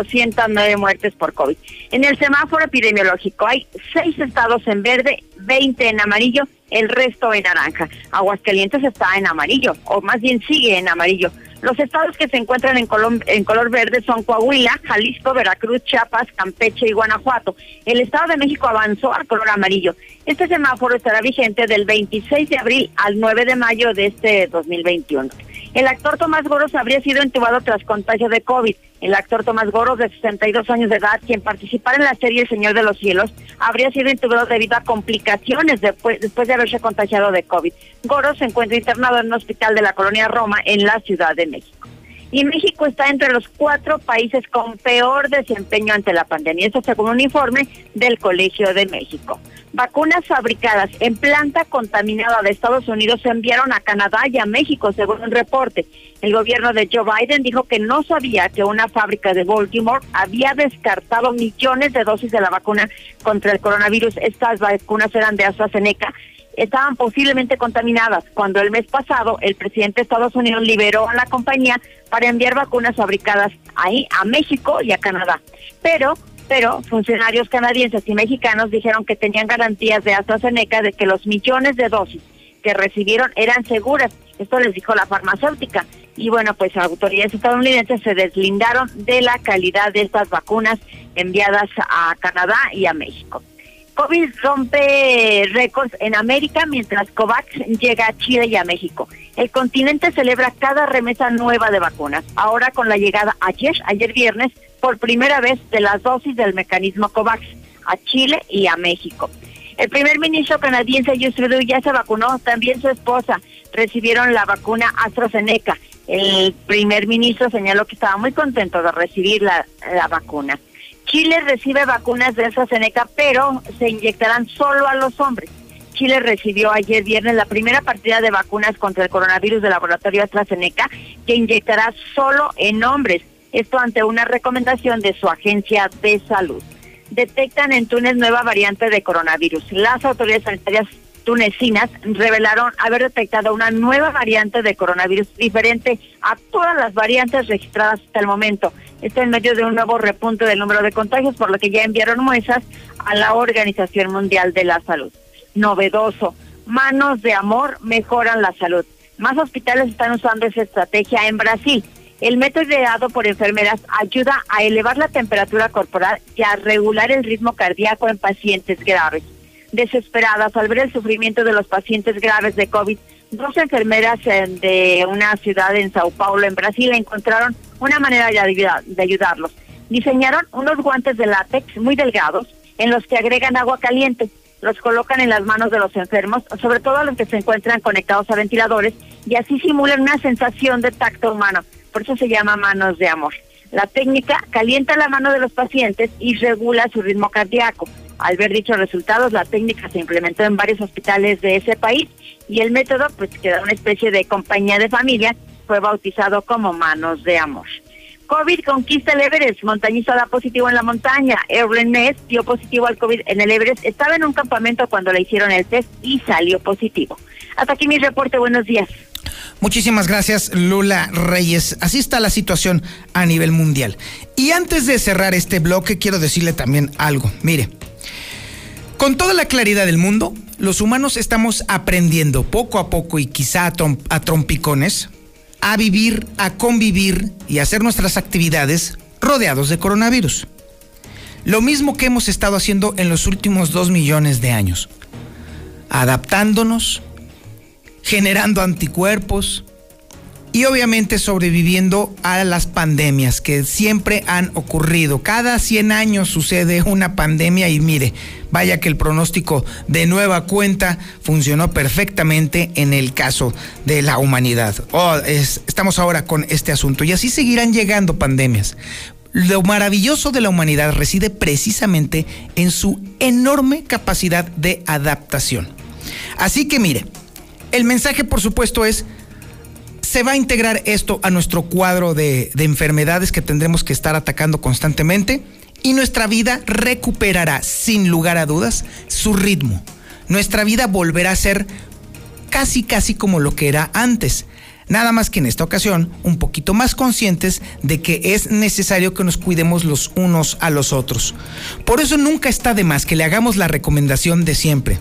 409 muertes por COVID. En el semáforo epidemiológico hay 6 estados en verde, 20 en amarillo, el resto en naranja. Aguascalientes está en amarillo, o más bien sigue en amarillo. Los estados que se encuentran en color verde son Coahuila, Jalisco, Veracruz, Chiapas, Campeche y Guanajuato. El Estado de México avanzó al color amarillo. Este semáforo estará vigente del 26 de abril al 9 de mayo de este 2021. El actor Tomás Goros habría sido intubado tras contagio de COVID. El actor Tomás Goros, de 62 años de edad, quien participara en la serie El Señor de los Cielos, habría sido intubado debido a complicaciones después de haberse contagiado de COVID. Goros se encuentra internado en un hospital de la colonia Roma, en la Ciudad de México. Y México está entre los 4 países con peor desempeño ante la pandemia. Esto según un informe del Colegio de México. Vacunas fabricadas en planta contaminada de Estados Unidos se enviaron a Canadá y a México, según un reporte. El gobierno de Joe Biden dijo que no sabía que una fábrica de Baltimore había descartado millones de dosis de la vacuna contra el coronavirus. Estas vacunas eran de AstraZeneca. Estaban posiblemente contaminadas, cuando el mes pasado el presidente de Estados Unidos liberó a la compañía para enviar vacunas fabricadas ahí a México y a Canadá. Pero funcionarios canadienses y mexicanos dijeron que tenían garantías de AstraZeneca de que los millones de dosis que recibieron eran seguras. Esto les dijo la farmacéutica. Y bueno, pues autoridades estadounidenses se deslindaron de la calidad de estas vacunas enviadas a Canadá y a México. COVID rompe récords en América, mientras COVAX llega a Chile y a México. El continente celebra cada remesa nueva de vacunas. Ahora con la llegada ayer viernes, por primera vez, de las dosis del mecanismo COVAX a Chile y a México. El primer ministro canadiense Justin Trudeau ya se vacunó, también su esposa recibieron la vacuna AstraZeneca. El primer ministro señaló que estaba muy contento de recibir la vacuna. Chile recibe vacunas de AstraZeneca, pero se inyectarán solo a los hombres. Chile recibió ayer viernes la primera partida de vacunas contra el coronavirus del laboratorio AstraZeneca, que inyectará solo en hombres. Esto ante una recomendación de su agencia de salud. Detectan en Túnez nueva variante de coronavirus. Las autoridades sanitarias tunecinas revelaron haber detectado una nueva variante de coronavirus diferente a todas las variantes registradas hasta el momento. Esto en medio de un nuevo repunte del número de contagios, por lo que ya enviaron muestras a la Organización Mundial de la Salud. Novedoso. Manos de amor mejoran la salud. Más hospitales están usando esa estrategia en Brasil. El método ideado por enfermeras ayuda a elevar la temperatura corporal y a regular el ritmo cardíaco en pacientes graves. Desesperadas al ver el sufrimiento de los pacientes graves de COVID, 2 enfermeras de una ciudad en Sao Paulo, en Brasil, encontraron una manera de ayudarlos. Diseñaron unos guantes de látex muy delgados en los que agregan agua caliente. los colocan en las manos de los enfermos, sobre todo a los que se encuentran conectados a ventiladores, y así simulan una sensación de tacto humano. Por eso se llama manos de amor. La técnica calienta la mano de los pacientes y regula su ritmo cardíaco. Al ver dichos resultados, la técnica se implementó en varios hospitales de ese país y el método, pues que era una especie de compañía de familia, fue bautizado como manos de amor. COVID conquista el Everest, montañista da positivo en la montaña. Erlen Ness dio positivo al COVID en el Everest, estaba en un campamento cuando le hicieron el test y salió positivo. Hasta aquí mi reporte, buenos días. Muchísimas gracias, Lula Reyes. Así está la situación a nivel mundial. Y antes de cerrar este bloque, quiero decirle también algo. Mire, con toda la claridad del mundo, los humanos estamos aprendiendo poco a poco y quizá a trompicones a vivir, a convivir y a hacer nuestras actividades rodeados de coronavirus. Lo mismo que hemos estado haciendo en los últimos 2 millones de años. Adaptándonos, generando anticuerpos y obviamente sobreviviendo a las pandemias que siempre han ocurrido. Cada 100 años sucede una pandemia y mire, vaya que el pronóstico de nueva cuenta funcionó perfectamente en el caso de la humanidad. Estamos ahora con este asunto y así seguirán llegando pandemias. Lo maravilloso de la humanidad reside precisamente en su enorme capacidad de adaptación. Así que mire, el mensaje, por supuesto, es: se va a integrar esto a nuestro cuadro de enfermedades que tendremos que estar atacando constantemente y nuestra vida recuperará, sin lugar a dudas, su ritmo. Nuestra vida volverá a ser casi como lo que era antes. Nada más que en esta ocasión, un poquito más conscientes de que es necesario que nos cuidemos los unos a los otros. Por eso nunca está de más que le hagamos la recomendación de siempre.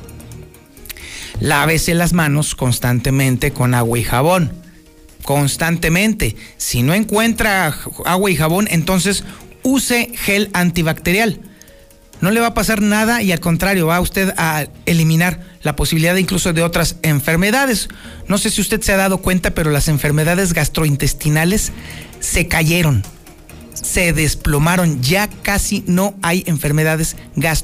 Lávese las manos constantemente con agua y jabón. Constantemente. Si no encuentra agua y jabón, entonces use gel antibacterial. No le va a pasar nada y al contrario, va usted a eliminar la posibilidad incluso de otras enfermedades. No sé si usted se ha dado cuenta, pero las enfermedades gastrointestinales se cayeron, se desplomaron. Ya casi no hay enfermedades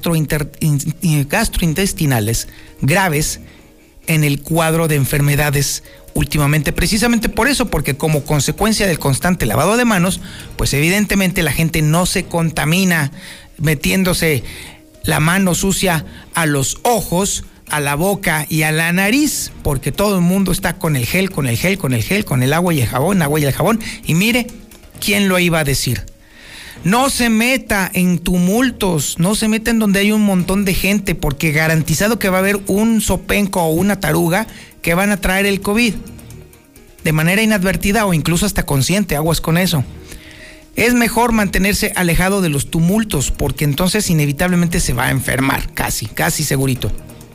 gastrointestinales graves en el cuadro de enfermedades últimamente, precisamente por eso, porque como consecuencia del constante lavado de manos, pues evidentemente la gente no se contamina metiéndose la mano sucia a los ojos, a la boca y a la nariz, porque todo el mundo está con el gel, con el agua y el jabón, y mire, ¿quién lo iba a decir? No se meta en tumultos, no se meta en donde hay un montón de gente, porque garantizado que va a haber un zopenco o una taruga que van a traer el COVID de manera inadvertida o incluso hasta consciente. Aguas con eso. Es mejor mantenerse alejado de los tumultos, porque entonces inevitablemente se va a enfermar, casi segurito.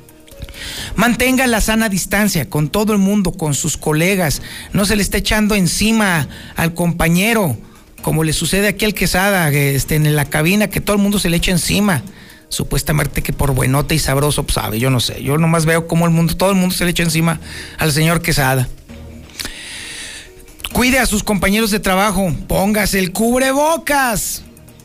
Mantenga la sana distancia con todo el mundo, con sus colegas. No se le está echando encima al compañero, como le sucede aquí al Quesada, en la cabina, que todo el mundo se le echa encima. Supuestamente que por buenote y sabroso, pues sabe, yo no sé. Yo nomás veo cómo todo el mundo se le echa encima al señor Quesada. Cuide a sus compañeros de trabajo, póngase el cubrebocas,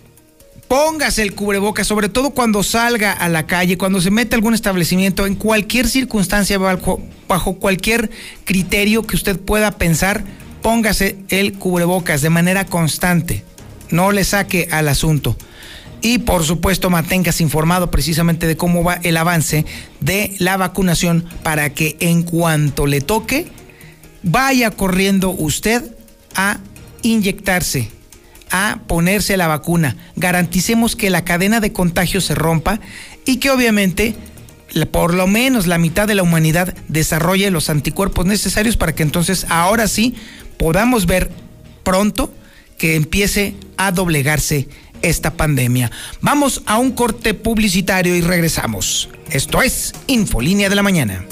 sobre todo cuando salga a la calle, cuando se meta a algún establecimiento, en cualquier circunstancia, bajo cualquier criterio que usted pueda pensar, póngase el cubrebocas de manera constante, no le saque al asunto. Y por supuesto manténgase informado precisamente de cómo va el avance de la vacunación para que en cuanto le toque, vaya corriendo usted a inyectarse, a ponerse la vacuna. Garanticemos que la cadena de contagio se rompa y que obviamente por lo menos la mitad de la humanidad desarrolle los anticuerpos necesarios para que entonces ahora sí podamos ver pronto que empiece a doblegarse esta pandemia. Vamos a un corte publicitario y regresamos. Esto es Infolínea de la Mañana.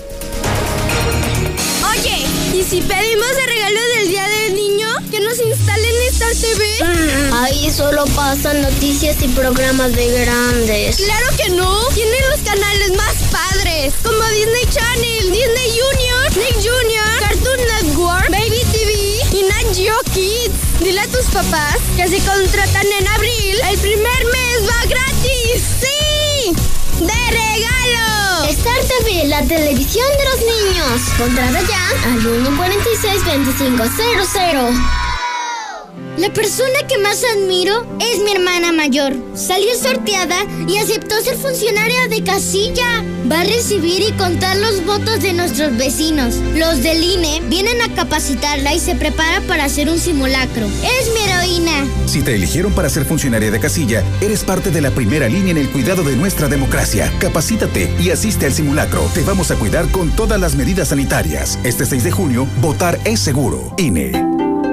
Oye, ¿y si pedimos el regalo del Día del Niño? ¿Que nos instalen Star TV? Ahí solo pasan noticias y programas de grandes. ¡Claro que no! Tienen los canales más padres, como Disney Channel, Disney Junior, Nick Jr., Cartoon Network, Baby TV y Nat Geo Kids. Dile a tus papás que si contratan en abril, el primer mes va gratis. ¡Sí! de regalo. Star TV, la televisión de los niños. Contrata ya al 146-2500. La persona que más admiro es mi hermana mayor. Salió sorteada y aceptó ser funcionaria de casilla. Va a recibir y contar los votos de nuestros vecinos. Los del INE vienen a capacitarla y se prepara para hacer un simulacro. Es mi heroína. Si te eligieron para ser funcionaria de casilla, eres parte de la primera línea en el cuidado de nuestra democracia. Capacítate y asiste al simulacro. Te vamos a cuidar con todas las medidas sanitarias. Este 6 de junio, votar es seguro. INE.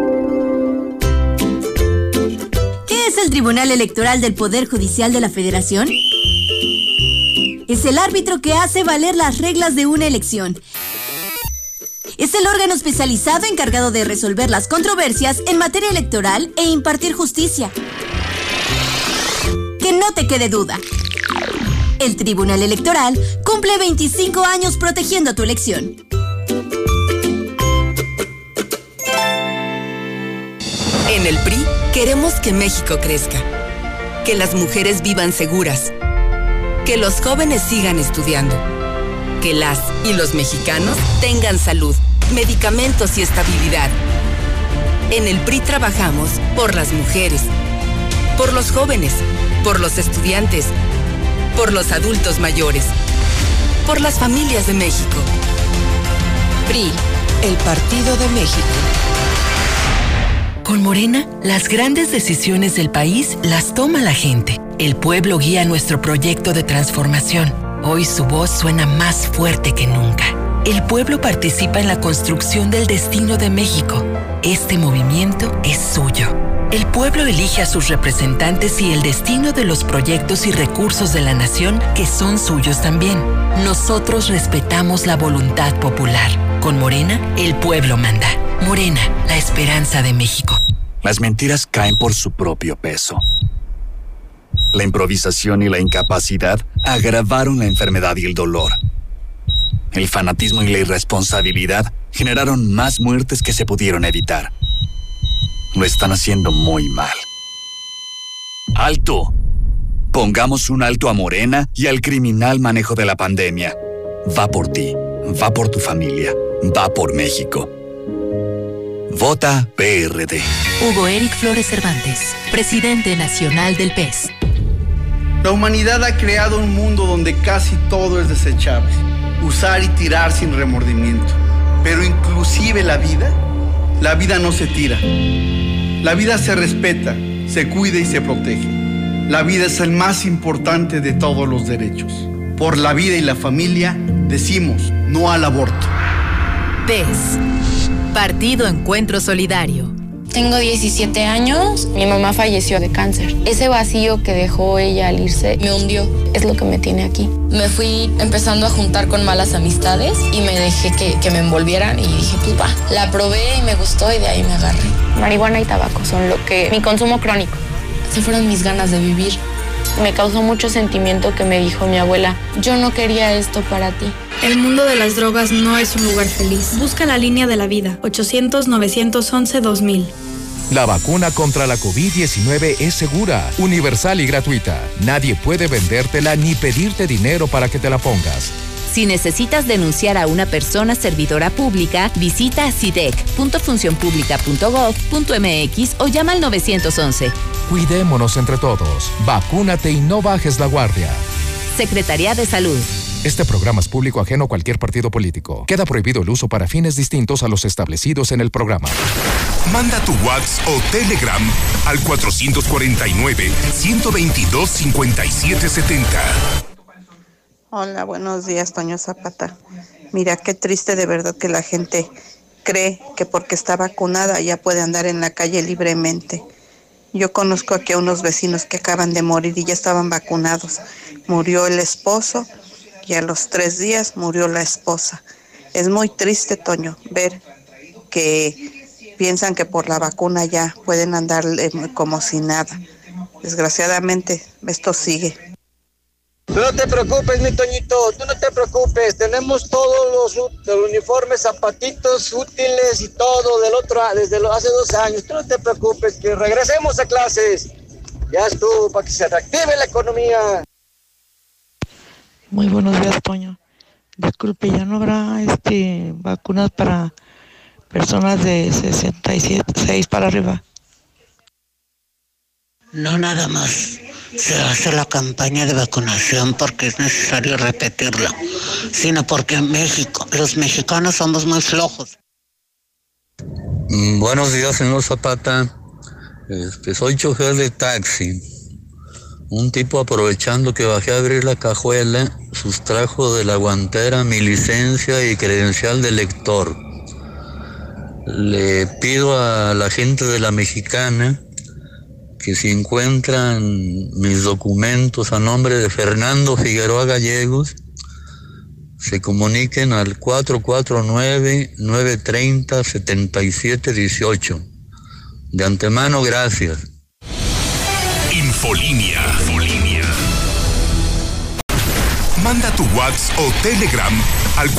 ¿Es el Tribunal Electoral del Poder Judicial de la Federación? Es el árbitro que hace valer las reglas de una elección. Es el órgano especializado encargado de resolver las controversias en materia electoral e impartir justicia. Que no te quede duda. El Tribunal Electoral cumple 25 años protegiendo tu elección. En el PRI queremos que México crezca, que las mujeres vivan seguras, que los jóvenes sigan estudiando, que las y los mexicanos tengan salud, medicamentos y estabilidad. En el PRI trabajamos por las mujeres, por los jóvenes, por los estudiantes, por los adultos mayores, por las familias de México. PRI, el Partido de México. Con Morena, las grandes decisiones del país las toma la gente. El pueblo guía nuestro proyecto de transformación. Hoy su voz suena más fuerte que nunca. El pueblo participa en la construcción del destino de México. Este movimiento es suyo. El pueblo elige a sus representantes y el destino de los proyectos y recursos de la nación que son suyos también. Nosotros respetamos la voluntad popular. Con Morena, el pueblo manda. Morena, la esperanza de México. Las mentiras caen por su propio peso. La improvisación y la incapacidad agravaron la enfermedad y el dolor. El fanatismo y la irresponsabilidad generaron más muertes que se pudieron evitar. Lo están haciendo muy mal. ¡Alto! Pongamos un alto a Morena y al criminal manejo de la pandemia. Va por ti, va por tu familia, va por México. Vota PRD. Hugo Eric Flores Cervantes, presidente nacional del PES. La humanidad ha creado un mundo donde casi todo es desechable. Usar y tirar sin remordimiento. Pero inclusive la vida no se tira. La vida se respeta, se cuida y se protege. La vida es el más importante de todos los derechos. Por la vida y la familia, decimos no al aborto. PES. Partido Encuentro Solidario. Tengo 17 años, mi mamá falleció de cáncer. Ese vacío que dejó ella al irse me hundió, es lo que me tiene aquí. Me fui empezando a juntar con malas amistades y me dejé que me envolvieran y dije, pues va. La probé y me gustó y de ahí me agarré. Marihuana y tabaco son mi consumo crónico. Se fueron mis ganas de vivir. Me causó mucho sentimiento que me dijo mi abuela, yo no quería esto para ti. El mundo de las drogas no es un lugar feliz. Busca la línea de la vida, 800-911-2000. La vacuna contra la COVID-19 es segura, universal y gratuita. Nadie puede vendértela ni pedirte dinero para que te la pongas. Si necesitas denunciar a una persona servidora pública, visita sidec.funcionpublica.gov.mx o llama al 911. Cuidémonos entre todos. Vacúnate y no bajes la guardia. Secretaría de Salud. Este programa es público ajeno a cualquier partido político. Queda prohibido el uso para fines distintos a los establecidos en el programa. Manda tu WhatsApp o Telegram al 449-122-5770. Hola, buenos días, Toño Zapata. Mira, qué triste de verdad que la gente cree que porque está vacunada ya puede andar en la calle libremente. Yo conozco aquí a unos vecinos que acaban de morir y ya estaban vacunados. Murió el esposo y a los 3 días murió la esposa. Es muy triste, Toño, ver que piensan que por la vacuna ya pueden andar como si nada. Desgraciadamente, esto sigue. Tú no te preocupes, mi Toñito, tú no te preocupes. Tenemos todos los uniformes, zapatitos útiles y todo desde hace 2 años. Tú no te preocupes, que regresemos a clases. Ya estuvo, para que se reactive la economía. Muy buenos días, Toño. Disculpe, ¿ya no habrá vacunas para personas de 66 para arriba? No nada más se hace la campaña de vacunación porque es necesario repetirla, sino porque en México, los mexicanos somos muy flojos. Buenos días, señor Zapata. Soy chofer de taxi. Un tipo, aprovechando que bajé a abrir la cajuela, sustrajo de la guantera mi licencia y credencial de lector. Le pido a la gente de la Mexicana que si encuentran mis documentos a nombre de Fernando Figueroa Gallegos, se comuniquen al 449-930-7718. De antemano, gracias. Infolínea. Manda tu WhatsApp o Telegram al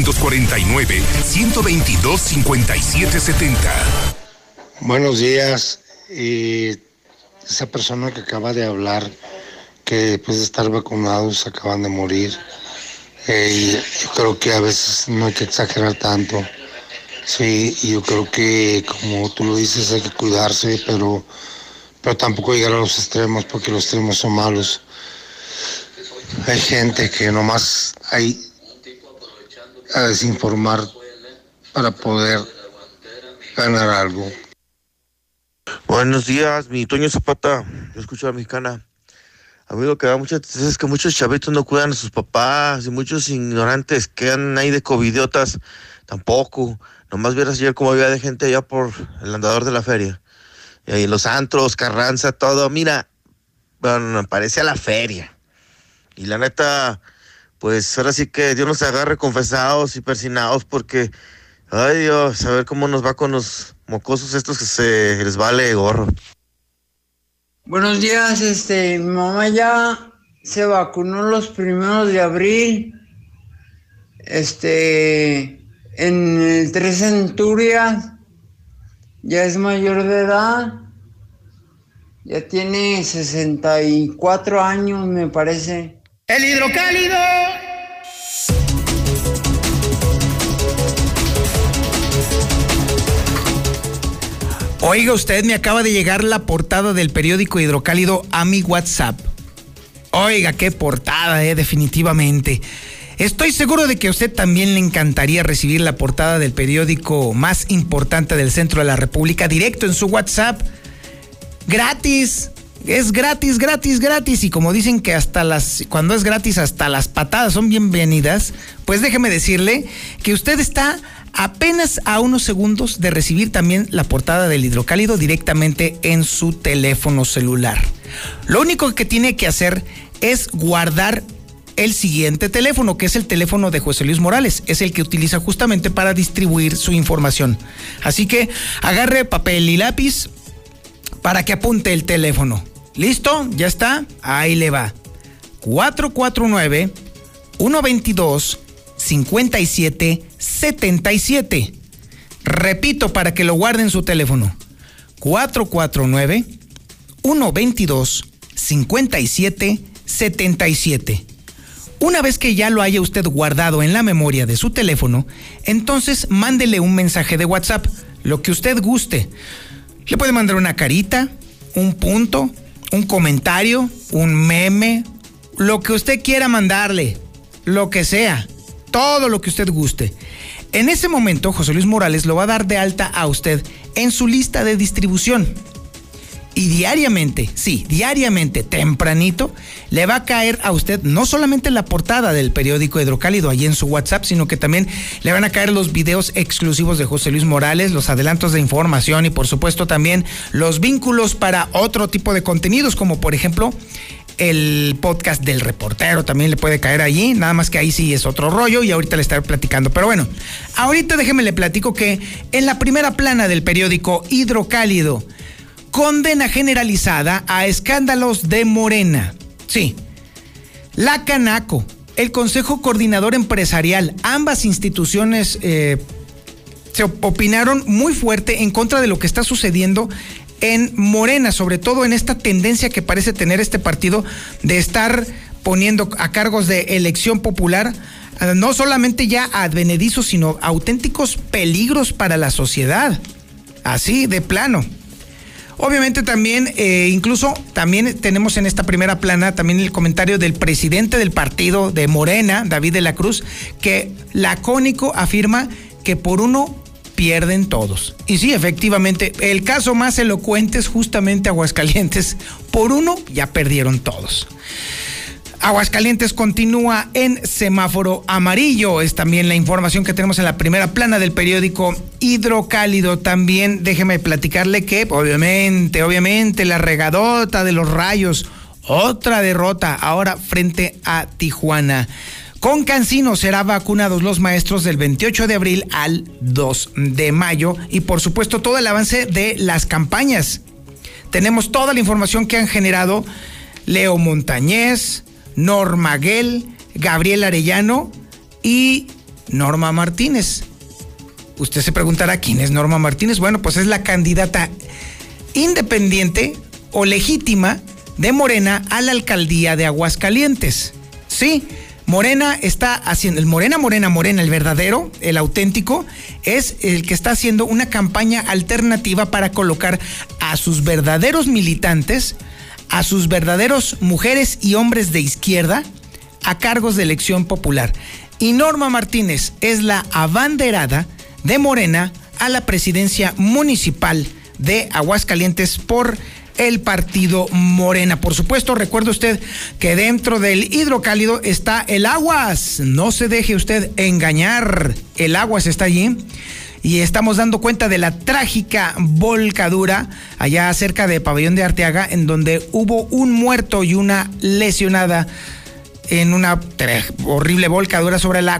449-122-5770. Buenos días. Esa persona que acaba de hablar, que después de estar vacunados acaban de morir. Yo creo que a veces no hay que exagerar tanto. Sí, y yo creo que, como tú lo dices, hay que cuidarse, pero tampoco llegar a los extremos, porque los extremos son malos. Hay gente que nomás hay a desinformar para poder ganar algo. Buenos días, mi Toño Zapata. Yo escucho a la Mexicana. A mí lo que da muchas veces es que muchos chavitos no cuidan a sus papás y muchos ignorantes quedan ahí de covidiotas. Tampoco. Nomás vieras ayer cómo había de gente allá por el andador de la feria. Y los antros, Carranza, todo. Mira, bueno, parecía la feria. Y la neta, pues ahora sí que Dios nos agarre confesados y persinados porque, ay Dios, a ver cómo nos va con los mocosos estos que se les vale gorro. Buenos días, mi mamá ya se vacunó los primeros de abril, en el 3 Centurias, ya es mayor de edad, ya tiene 64 años, me parece. ¡El hidrocálido! Oiga usted, me acaba de llegar la portada del periódico Hidrocálido a mi WhatsApp. Oiga, qué portada, definitivamente. Estoy seguro de que a usted también le encantaría recibir la portada del periódico más importante del centro de la República directo en su WhatsApp. Gratis. Es gratis, gratis, gratis. Y como dicen que cuando es gratis hasta las patadas son bienvenidas, pues déjeme decirle que usted está apenas a unos segundos de recibir también la portada del Hidrocálido directamente en su teléfono celular. Lo único que tiene que hacer es guardar el siguiente teléfono, que es el teléfono de José Luis Morales. Es el que utiliza justamente para distribuir su información. Así que agarre papel y lápiz para que apunte el teléfono. ¿Listo? ¿Ya está? Ahí le va. 449-122-5777. Repito para que lo guarde en su teléfono. 449-122-5777. Una vez que ya lo haya usted guardado en la memoria de su teléfono, entonces mándele un mensaje de WhatsApp, lo que usted guste. Le puede mandar una carita, un punto, un comentario, un meme, lo que usted quiera mandarle, lo que sea, todo lo que usted guste. En ese momento, José Luis Morales lo va a dar de alta a usted en su lista de distribución. Y diariamente, tempranito, le va a caer a usted no solamente la portada del periódico Hidrocálido allí en su WhatsApp, sino que también le van a caer los videos exclusivos de José Luis Morales, los adelantos de información y por supuesto también los vínculos para otro tipo de contenidos, como por ejemplo el podcast del reportero también le puede caer allí, nada más que ahí sí es otro rollo y ahorita le estaré platicando. Pero bueno, ahorita déjeme le platico que en la primera plana del periódico Hidrocálido, condena generalizada a escándalos de Morena. Sí, la Canaco, el Consejo Coordinador Empresarial, ambas instituciones se opinaron muy fuerte en contra de lo que está sucediendo en Morena, sobre todo en esta tendencia que parece tener este partido de estar poniendo a cargos de elección popular no solamente ya advenedizos, sino auténticos peligros para la sociedad. Así, de plano. Obviamente también, incluso también tenemos en esta primera plana también el comentario del presidente del partido de Morena, David de la Cruz, que lacónico afirma que por uno pierden todos. Y sí, efectivamente, el caso más elocuente es justamente Aguascalientes. Por uno ya perdieron todos. Aguascalientes continúa en semáforo amarillo. Es también la información que tenemos en la primera plana del periódico Hidrocálido. También déjeme platicarle que obviamente la regadota de los Rayos, otra derrota ahora frente a Tijuana. Con Cancino serán vacunados los maestros del 28 de abril al 2 de mayo y por supuesto todo el avance de las campañas. Tenemos toda la información que han generado Leo Montañez, Norma Guel, Gabriel Arellano y Norma Martínez. Usted se preguntará quién es Norma Martínez. Bueno, pues es la candidata independiente o legítima de Morena a la alcaldía de Aguascalientes. Sí, Morena está haciendo, el Morena, el verdadero, el auténtico, es el que está haciendo una campaña alternativa para colocar a sus verdaderos militantes, a sus verdaderos mujeres y hombres de izquierda a cargos de elección popular. Y Norma Martínez es la abanderada de Morena a la presidencia municipal de Aguascalientes por el partido Morena. Por supuesto, recuerde usted que dentro del Hidrocálido está el Aguas. No se deje usted engañar. El Aguas está allí. Y estamos dando cuenta de la trágica volcadura allá cerca de Pabellón de Arteaga, en donde hubo un muerto y una lesionada en una horrible volcadura sobre la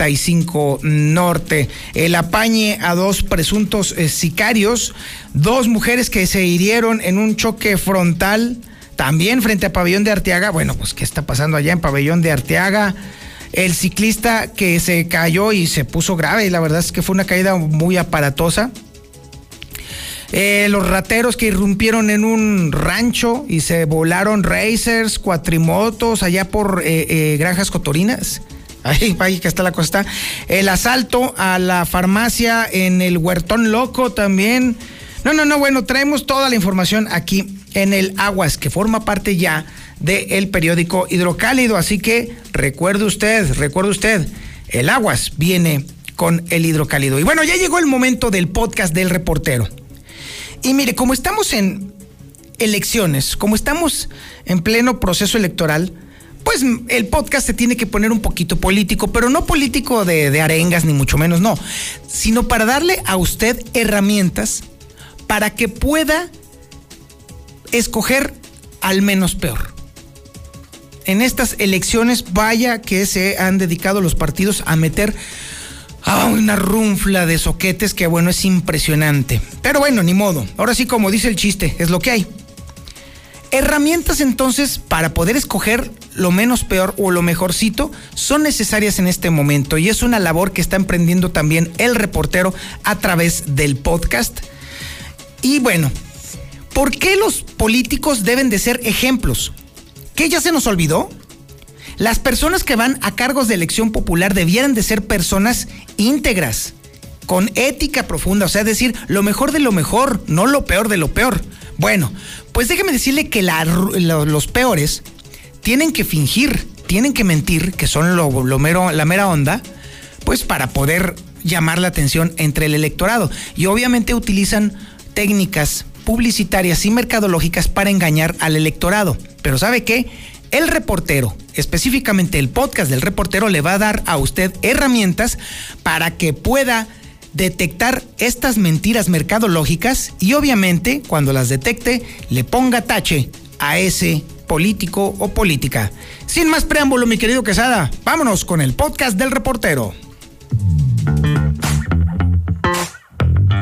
45 Norte. El apañe a dos presuntos sicarios, dos mujeres que se hirieron en un choque frontal, también frente a Pabellón de Arteaga. Bueno, pues ¿qué está pasando allá en Pabellón de Arteaga? El ciclista que se cayó y se puso grave, y la verdad es que fue una caída muy aparatosa. Los rateros que irrumpieron en un rancho y se volaron racers, cuatrimotos allá por Granjas Cotorinas. Ahí que está la cosa. El asalto a la farmacia en el Huertón Loco también. Bueno, traemos toda la información aquí en el Aguas, que forma parte ya del periódico Hidrocálido. Así que recuerde usted, el Aguas viene con el Hidrocálido. Y bueno, ya llegó el momento del podcast del reportero. Y mire, como estamos en elecciones, como estamos en pleno proceso electoral, pues el podcast se tiene que poner un poquito político, pero no político de arengas, ni mucho menos, no, sino para darle a usted herramientas para que pueda escoger al menos peor. En estas elecciones, vaya que se han dedicado los partidos a meter una runfla de soquetes que, bueno, es impresionante. Pero bueno, ni modo. Ahora sí, como dice el chiste, es lo que hay. Herramientas, entonces, para poder escoger lo menos peor o lo mejorcito, son necesarias en este momento. Y es una labor que está emprendiendo también el reportero a través del podcast. Y bueno, ¿por qué los políticos deben de ser ejemplos? ¿Qué ya se nos olvidó? Las personas que van a cargos de elección popular debieran de ser personas íntegras, con ética profunda, o sea, decir lo mejor de lo mejor, no lo peor de lo peor. Bueno, pues déjeme decirle que los peores tienen que fingir, tienen que mentir, que son la mera onda, pues para poder llamar la atención entre el electorado. Y obviamente utilizan técnicas publicitarias y mercadológicas para engañar al electorado. Pero ¿sabe qué? El reportero, específicamente el podcast del reportero, le va a dar a usted herramientas para que pueda detectar estas mentiras mercadológicas y obviamente cuando las detecte le ponga tache a ese político o política. Sin más preámbulo, mi querido Quesada, vámonos con el podcast del reportero.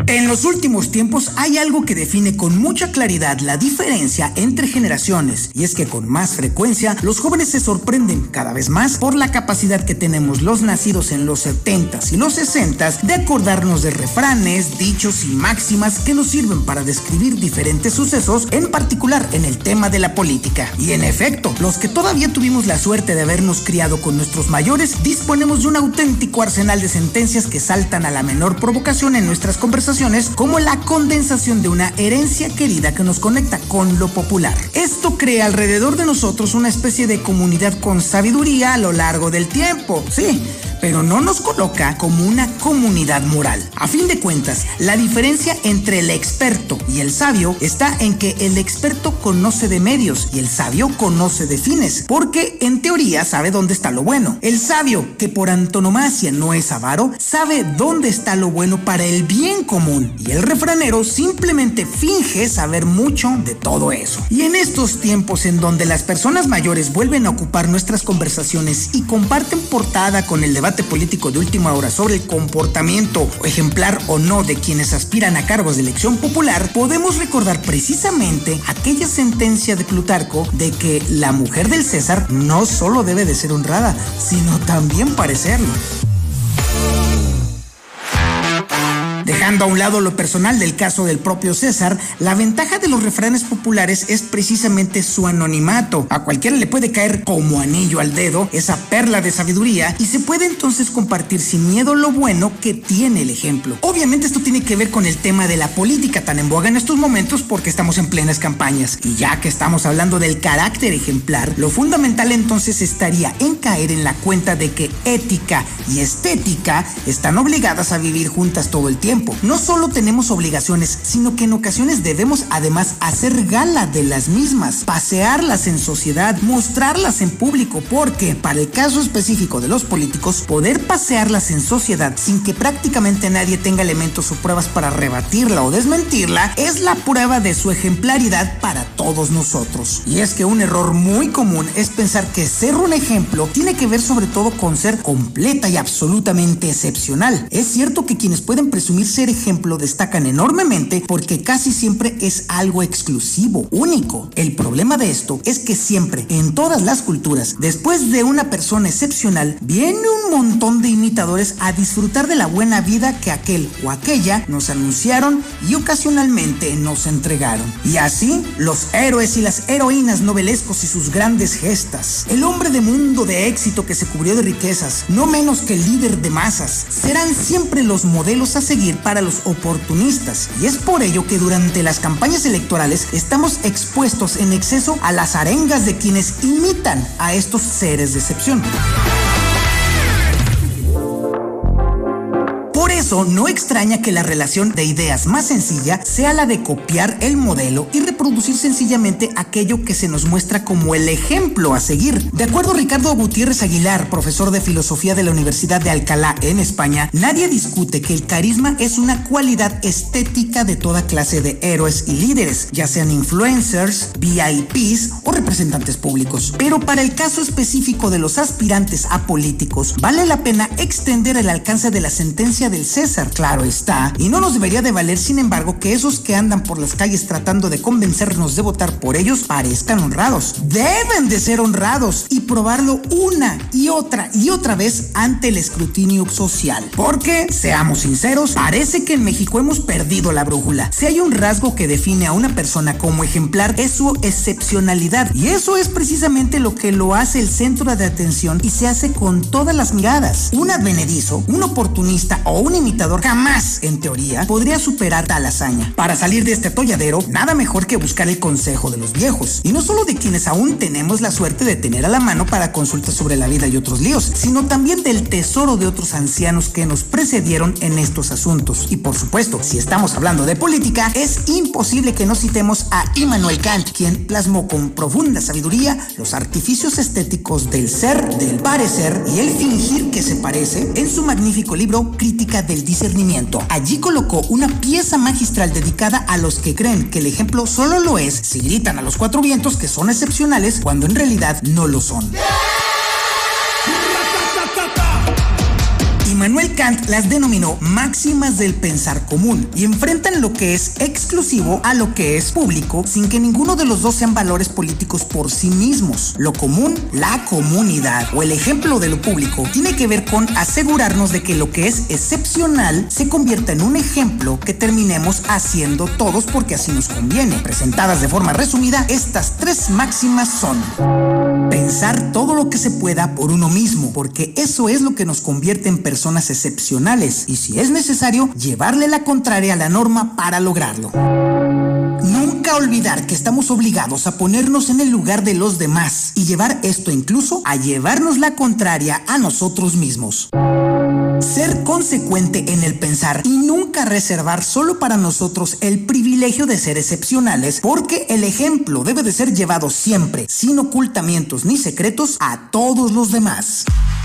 En los últimos tiempos hay algo que define con mucha claridad la diferencia entre generaciones, y es que con más frecuencia los jóvenes se sorprenden cada vez más por la capacidad que tenemos los nacidos en los 70s y los 60s de acordarnos de refranes, dichos y máximas que nos sirven para describir diferentes sucesos, en particular en el tema de la política. Y en efecto, los que todavía tuvimos la suerte de habernos criado con nuestros mayores, disponemos de un auténtico arsenal de sentencias que saltan a la menor provocación en nuestras conversaciones, como la condensación de una herencia querida que nos conecta con lo popular. Esto crea alrededor de nosotros una especie de comunidad con sabiduría a lo largo del tiempo, sí, pero no nos coloca como una comunidad moral. A fin de cuentas, la diferencia entre el experto y el sabio está en que el experto conoce de medios y el sabio conoce de fines, porque en teoría sabe dónde está lo bueno. El sabio, que por antonomasia no es avaro, sabe dónde está lo bueno para el bien común, y el refranero simplemente finge saber mucho de todo eso. Y en estos tiempos en donde las personas mayores vuelven a ocupar nuestras conversaciones y comparten portada con el debate político de última hora sobre el comportamiento ejemplar o no de quienes aspiran a cargos de elección popular, podemos recordar precisamente aquella sentencia de Plutarco de que la mujer del César no solo debe de ser honrada, sino también parecerlo. Dejando a un lado lo personal del caso del propio César, la ventaja de los refranes populares es precisamente su anonimato. A cualquiera le puede caer como anillo al dedo esa perla de sabiduría y se puede entonces compartir sin miedo lo bueno que tiene el ejemplo. Obviamente esto tiene que ver con el tema de la política tan en boga en estos momentos porque estamos en plenas campañas. Y ya que estamos hablando del carácter ejemplar, lo fundamental entonces estaría en caer en la cuenta de que ética y estética están obligadas a vivir juntas todo el tiempo. No solo tenemos obligaciones, sino que en ocasiones debemos además hacer gala de las mismas, pasearlas en sociedad, mostrarlas en público, porque para el caso específico de los políticos, poder pasearlas en sociedad sin que prácticamente nadie tenga elementos o pruebas para rebatirla o desmentirla, es la prueba de su ejemplaridad para todos nosotros. Y es que un error muy común es pensar que ser un ejemplo tiene que ver sobre todo con ser completa y absolutamente excepcional. Es cierto que quienes pueden presumir ser ejemplo destacan enormemente porque casi siempre es algo exclusivo, único. El problema de esto es que siempre, en todas las culturas, después de una persona excepcional, viene un montón de imitadores a disfrutar de la buena vida que aquel o aquella nos anunciaron y ocasionalmente nos entregaron. Y así, los héroes y las heroínas novelescos y sus grandes gestas, el hombre de mundo de éxito que se cubrió de riquezas, no menos que el líder de masas, serán siempre los modelos a seguir para los oportunistas, y es por ello que durante las campañas electorales estamos expuestos en exceso a las arengas de quienes imitan a estos seres de excepción. Por eso no extraña que la relación de ideas más sencilla sea la de copiar el modelo y reproducir sencillamente aquello que se nos muestra como el ejemplo a seguir. De acuerdo a Ricardo Gutiérrez Aguilar, profesor de filosofía de la Universidad de Alcalá en España, nadie discute que el carisma es una cualidad estética de toda clase de héroes y líderes, ya sean influencers, VIPs o representantes públicos. Pero para el caso específico de los aspirantes a políticos, vale la pena extender el alcance de la sentencia del César, claro está, y no nos debería de valer, sin embargo, que esos que andan por las calles tratando de convencernos de votar por ellos parezcan honrados. Deben de ser honrados y probarlo una y otra vez ante el escrutinio social. Porque, seamos sinceros, parece que en México hemos perdido la brújula. Si hay un rasgo que define a una persona como ejemplar, es su excepcionalidad, y eso es precisamente lo que lo hace el centro de atención y se hace con todas las miradas. Un advenedizo, un oportunista o un imitador jamás, en teoría, podría superar tal hazaña. Para salir de este atolladero, nada mejor que buscar el consejo de los viejos, y no solo de quienes aún tenemos la suerte de tener a la mano para consultas sobre la vida y otros líos, sino también del tesoro de otros ancianos que nos precedieron en estos asuntos. Y por supuesto, si estamos hablando de política, es imposible que no citemos a Immanuel Kant, quien plasmó con profunda sabiduría los artificios estéticos del ser, del parecer y el fingir que se parece en su magnífico libro Crítica del Discernimiento. Allí colocó una pieza magistral dedicada a los que creen que el ejemplo solo lo es si gritan a los cuatro vientos que son excepcionales cuando en realidad no lo son. Immanuel Kant las denominó máximas del pensar común y enfrentan lo que es exclusivo a lo que es público sin que ninguno de los dos sean valores políticos por sí mismos. Lo común, la comunidad o el ejemplo de lo público tiene que ver con asegurarnos de que lo que es excepcional se convierta en un ejemplo que terminemos haciendo todos porque así nos conviene. Presentadas de forma resumida, estas tres máximas son: pensar todo lo que se pueda por uno mismo, porque eso es lo que nos convierte en personas excepcionales, y si es necesario, llevarle la contraria a la norma para lograrlo. Nunca olvidar que estamos obligados a ponernos en el lugar de los demás y llevar esto incluso a llevarnos la contraria a nosotros mismos. Ser consecuente en el pensar y nunca reservar solo para nosotros el privilegio de ser excepcionales, porque el ejemplo debe de ser llevado siempre, sin ocultamientos ni secretos, a todos los demás.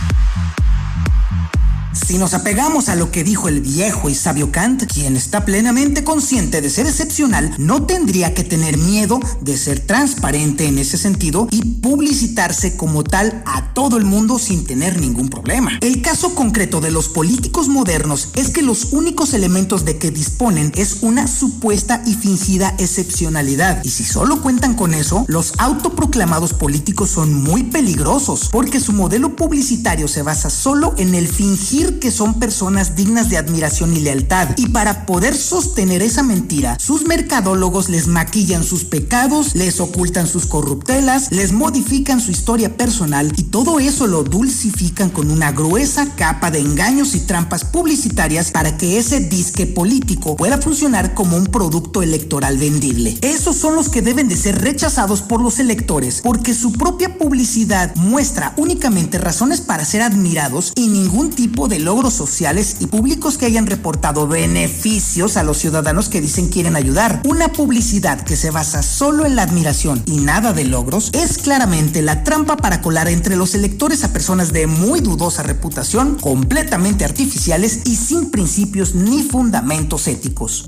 Si nos apegamos a lo que dijo el viejo y sabio Kant, quien está plenamente consciente de ser excepcional, no tendría que tener miedo de ser transparente en ese sentido y publicitarse como tal a todo el mundo sin tener ningún problema. El caso concreto de los políticos modernos es que los únicos elementos de que disponen es una supuesta y fingida excepcionalidad, y si solo cuentan con eso, los autoproclamados políticos son muy peligrosos, porque su modelo publicitario se basa solo en el fingir que son personas dignas de admiración y lealtad, y para poder sostener esa mentira, sus mercadólogos les maquillan sus pecados, les ocultan sus corruptelas, les modifican su historia personal, y todo eso lo dulcifican con una gruesa capa de engaños y trampas publicitarias para que ese disque político pueda funcionar como un producto electoral vendible. Esos son los que deben de ser rechazados por los electores, porque su propia publicidad muestra únicamente razones para ser admirados y ningún tipo de logros sociales y públicos que hayan reportado beneficios a los ciudadanos que dicen quieren ayudar. Una publicidad que se basa solo en la admiración y nada de logros es claramente la trampa para colar entre los electores a personas de muy dudosa reputación, completamente artificiales y sin principios ni fundamentos éticos.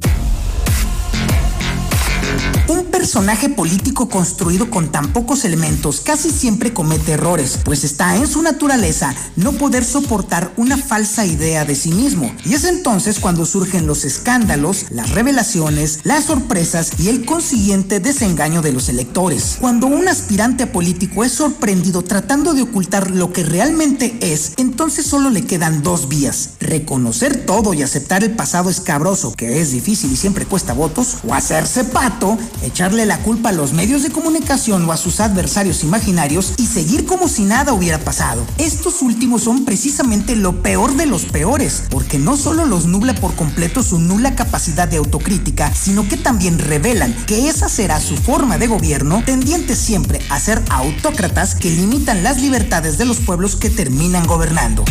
Un personaje político construido con tan pocos elementos casi siempre comete errores, pues está en su naturaleza no poder soportar una falsa idea de sí mismo. Y es entonces cuando surgen los escándalos, las revelaciones, las sorpresas y el consiguiente desengaño de los electores. Cuando un aspirante político es sorprendido tratando de ocultar lo que realmente es, entonces solo le quedan dos vías: reconocer todo y aceptar el pasado escabroso, que es difícil y siempre cuesta votos, o hacerse pato, echarle la culpa a los medios de comunicación o a sus adversarios imaginarios y seguir como si nada hubiera pasado. Estos últimos son precisamente lo peor de los peores, porque no solo los nubla por completo su nula capacidad de autocrítica, sino que también revelan que esa será su forma de gobierno, tendientes siempre a ser autócratas que limitan las libertades de los pueblos que terminan gobernando.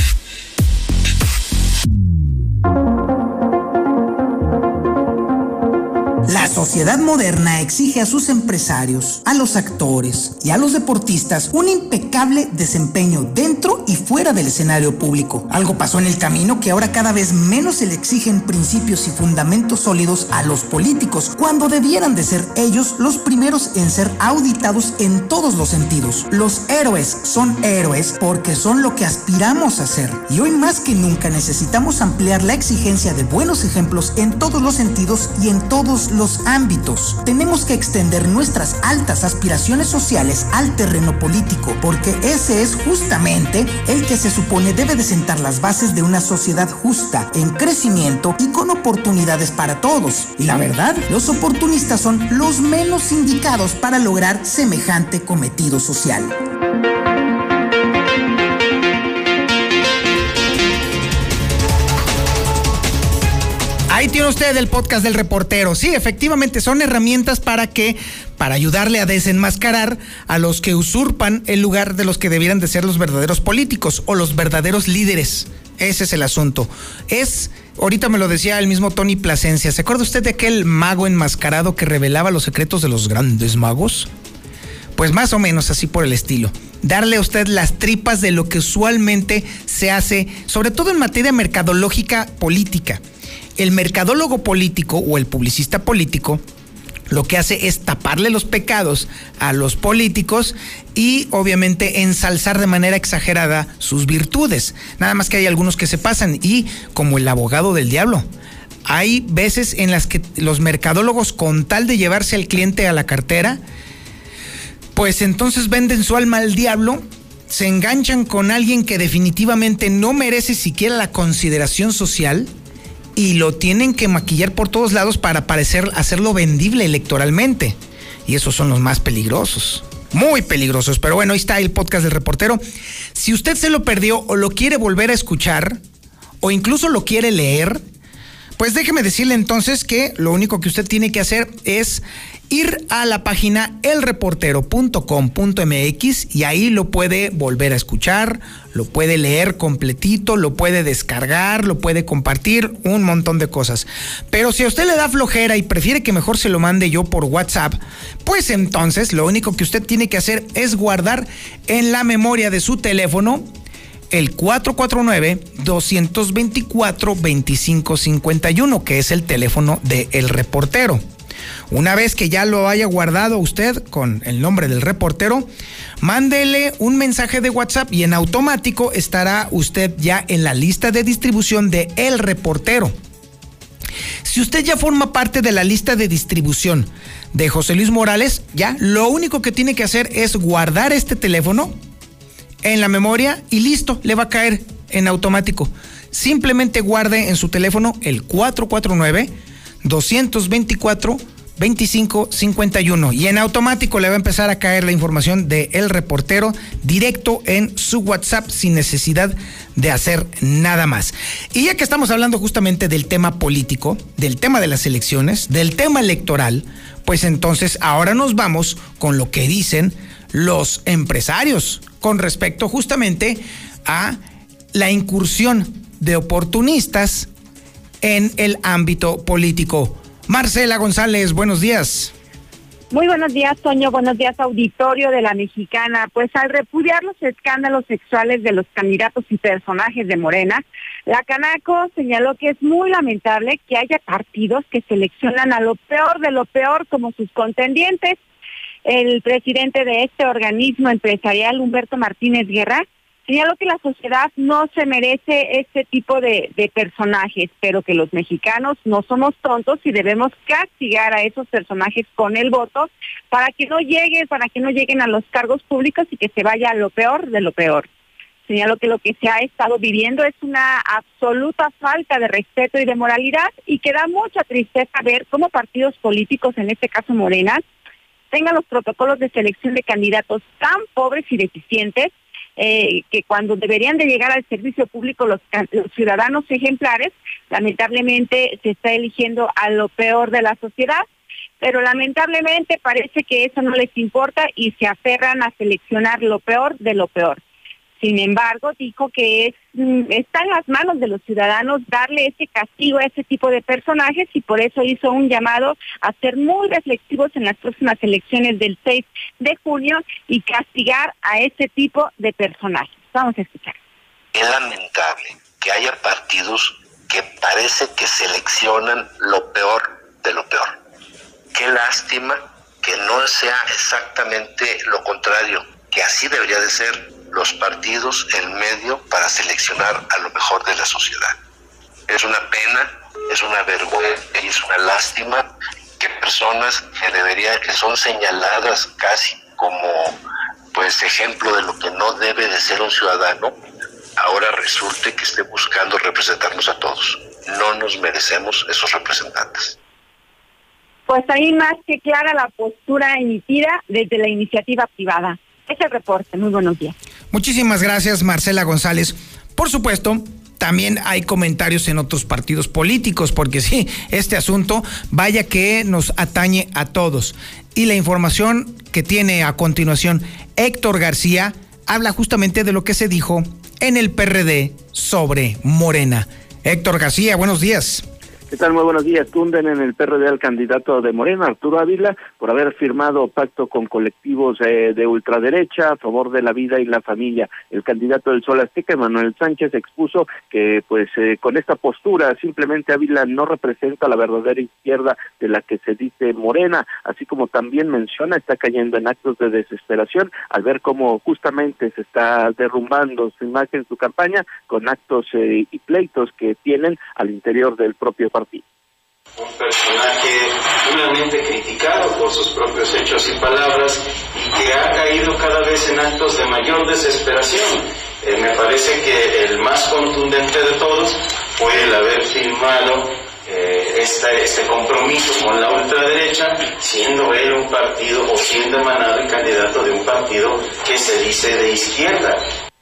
La sociedad moderna exige a sus empresarios, a los actores y a los deportistas un impecable desempeño dentro y fuera del escenario público. Algo pasó en el camino que ahora cada vez menos se le exigen principios y fundamentos sólidos a los políticos, cuando debieran de ser ellos los primeros en ser auditados en todos los sentidos. Los héroes son héroes porque son lo que aspiramos a ser, y hoy más que nunca necesitamos ampliar la exigencia de buenos ejemplos en todos los sentidos y en todos los ámbitos. Tenemos que extender nuestras altas aspiraciones sociales al terreno político, porque ese es justamente el que se supone debe de sentar las bases de una sociedad justa, en crecimiento y con oportunidades para todos. Y la verdad, los oportunistas son los menos indicados para lograr semejante cometido social. Ahí tiene usted el podcast del reportero. Sí, efectivamente, son herramientas para ayudarle a desenmascarar a los que usurpan el lugar de los que debieran de ser los verdaderos políticos o los verdaderos líderes. Ese es el asunto. Ahorita me lo decía el mismo Tony Plasencia. ¿Se acuerda usted de aquel mago enmascarado que revelaba los secretos de los grandes magos? Pues más o menos así por el estilo. Darle a usted las tripas de lo que usualmente se hace, sobre todo en materia mercadológica política. El mercadólogo político o el publicista político lo que hace es taparle los pecados a los políticos y obviamente ensalzar de manera exagerada sus virtudes. Nada más que hay algunos que se pasan y como el abogado del diablo. Hay veces en las que los mercadólogos, con tal de llevarse al cliente a la cartera, pues entonces venden su alma al diablo, se enganchan con alguien que definitivamente no merece siquiera la consideración social y lo tienen que maquillar por todos lados para hacerlo vendible electoralmente. Y esos son los más peligrosos, muy peligrosos. Pero bueno, ahí está el podcast del reportero. Si usted se lo perdió o lo quiere volver a escuchar o incluso lo quiere leer, pues déjeme decirle entonces que lo único que usted tiene que hacer es ir a la página elreportero.com.mx y ahí lo puede volver a escuchar, lo puede leer completito, lo puede descargar, lo puede compartir, un montón de cosas. Pero si a usted le da flojera y prefiere que mejor se lo mande yo por WhatsApp, pues entonces lo único que usted tiene que hacer es guardar en la memoria de su teléfono el 449-224-2551, que es el teléfono de El Reportero. Una vez que ya lo haya guardado usted con el nombre del reportero, mándele un mensaje de WhatsApp y en automático estará usted ya en la lista de distribución de El Reportero. Si usted ya forma parte de la lista de distribución de José Luis Morales, ya lo único que tiene que hacer es guardar este teléfono en la memoria y listo, le va a caer en automático. Simplemente guarde en su teléfono el 449-224-2551 y en automático le va a empezar a caer la información de El Reportero directo en su WhatsApp sin necesidad de hacer nada más. Y ya que estamos hablando justamente del tema político, del tema de las elecciones, del tema electoral, pues entonces ahora nos vamos con lo que dicen los empresarios con respecto justamente a la incursión de oportunistas en el ámbito político. Marcela González, buenos días. Muy buenos días, Toño. Buenos días, auditorio de La Mexicana. Pues al repudiar los escándalos sexuales de los candidatos y personajes de Morena, la Canaco señaló que es muy lamentable que haya partidos que seleccionan a lo peor de lo peor como sus contendientes. El presidente de este organismo empresarial, Humberto Martínez Guerra, señaló que la sociedad no se merece este tipo de personajes, pero que los mexicanos no somos tontos y debemos castigar a esos personajes con el voto para que no lleguen a los cargos públicos y que se vaya a lo peor de lo peor. Señaló que lo que se ha estado viviendo es una absoluta falta de respeto y de moralidad y que da mucha tristeza ver cómo partidos políticos, en este caso Morena, tengan los protocolos de selección de candidatos tan pobres y deficientes que cuando deberían de llegar al servicio público los ciudadanos ejemplares, lamentablemente se está eligiendo a lo peor de la sociedad, pero lamentablemente parece que eso no les importa y se aferran a seleccionar lo peor de lo peor. Sin embargo, dijo que está en las manos de los ciudadanos darle ese castigo a ese tipo de personajes y por eso hizo un llamado a ser muy reflexivos en las próximas elecciones del 6 de junio y castigar a ese tipo de personajes. Vamos a escuchar. Es lamentable que haya partidos que parece que seleccionan lo peor de lo peor. Qué lástima que no sea exactamente lo contrario, que así debería de ser. Los partidos, el medio para seleccionar a lo mejor de la sociedad. Es una pena, es una vergüenza y es una lástima que personas que son señaladas casi como pues ejemplo de lo que no debe de ser un ciudadano, ahora resulte que esté buscando representarnos a todos. No nos merecemos esos representantes. Pues ahí más que clara la postura emitida desde la iniciativa privada. Es el reporte. Muy buenos días. Muchísimas gracias, Marcela González. Por supuesto, también hay comentarios en otros partidos políticos, porque sí, este asunto, vaya que nos atañe a todos. Y la información que tiene a continuación Héctor García habla justamente de lo que se dijo en el PRD sobre Morena. Héctor García, buenos días. ¿Qué tal? Muy buenos días. Tunden en el PRD al candidato de Morena, Arturo Ávila, por haber firmado pacto con colectivos de ultraderecha a favor de la vida y la familia. El candidato del Sol Azteca, Manuel Sánchez, expuso que con esta postura simplemente Ávila no representa la verdadera izquierda de la que se dice Morena, así como también menciona está cayendo en actos de desesperación al ver cómo justamente se está derrumbando su imagen, su campaña, con actos y pleitos que tienen al interior del propio partido. Un personaje duramente criticado por sus propios hechos y palabras y que ha caído cada vez en actos de mayor desesperación. Me parece que el más contundente de todos fue el haber firmado este compromiso con la ultraderecha, siendo él un partido o siendo emanado el candidato de un partido que se dice de izquierda.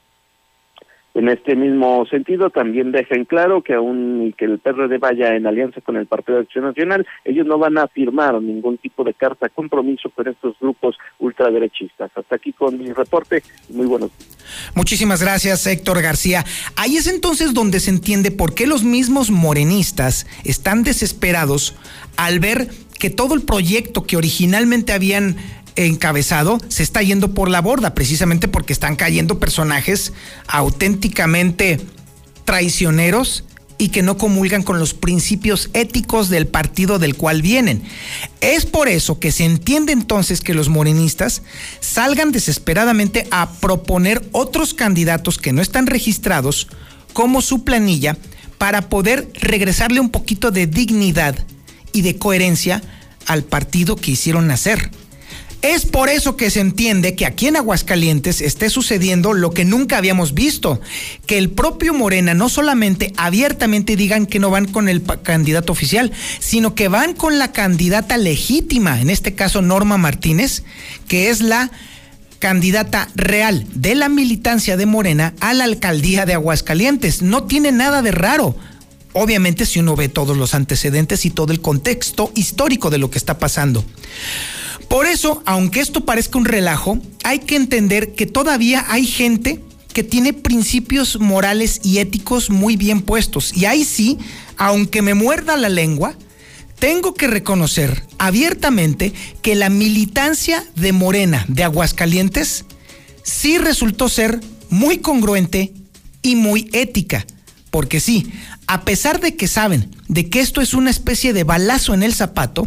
En este mismo sentido, también deja en claro que aún que el PRD vaya en alianza con el Partido de Acción Nacional, ellos no van a firmar ningún tipo de carta compromiso con estos grupos ultraderechistas. Hasta aquí con mi reporte. Muy buenos días. Muchísimas gracias, Héctor García. Ahí es entonces donde se entiende por qué los mismos morenistas están desesperados al ver que todo el proyecto que originalmente habían encabezado se está yendo por la borda, precisamente porque están cayendo personajes auténticamente traicioneros y que no comulgan con los principios éticos del partido del cual vienen. Es por eso que se entiende entonces que los morenistas salgan desesperadamente a proponer otros candidatos que no están registrados como su planilla para poder regresarle un poquito de dignidad y de coherencia al partido que hicieron nacer. Es por eso que se entiende que aquí en Aguascalientes esté sucediendo lo que nunca habíamos visto, que el propio Morena no solamente abiertamente digan que no van con el candidato oficial, sino que van con la candidata legítima, en este caso Norma Martínez, que es la candidata real de la militancia de Morena a la alcaldía de Aguascalientes. No tiene nada de raro. Obviamente si uno ve todos los antecedentes y todo el contexto histórico de lo que está pasando. Por eso, aunque esto parezca un relajo, hay que entender que todavía hay gente que tiene principios morales y éticos muy bien puestos. Y ahí sí, aunque me muerda la lengua, tengo que reconocer abiertamente que la militancia de Morena de Aguascalientes sí resultó ser muy congruente y muy ética. Porque sí, a pesar de que saben de que esto es una especie de balazo en el zapato,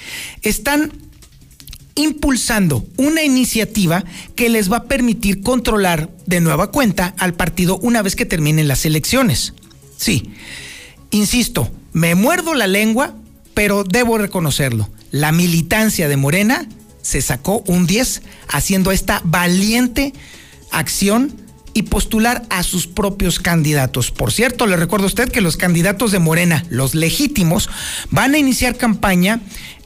están impulsando una iniciativa que les va a permitir controlar de nueva cuenta al partido una vez que terminen las elecciones. Sí, insisto, me muerdo la lengua, pero debo reconocerlo. La militancia de Morena se sacó un 10 haciendo esta valiente acción y postular a sus propios candidatos. Por cierto, le recuerdo a usted que los candidatos de Morena, los legítimos, van a iniciar campaña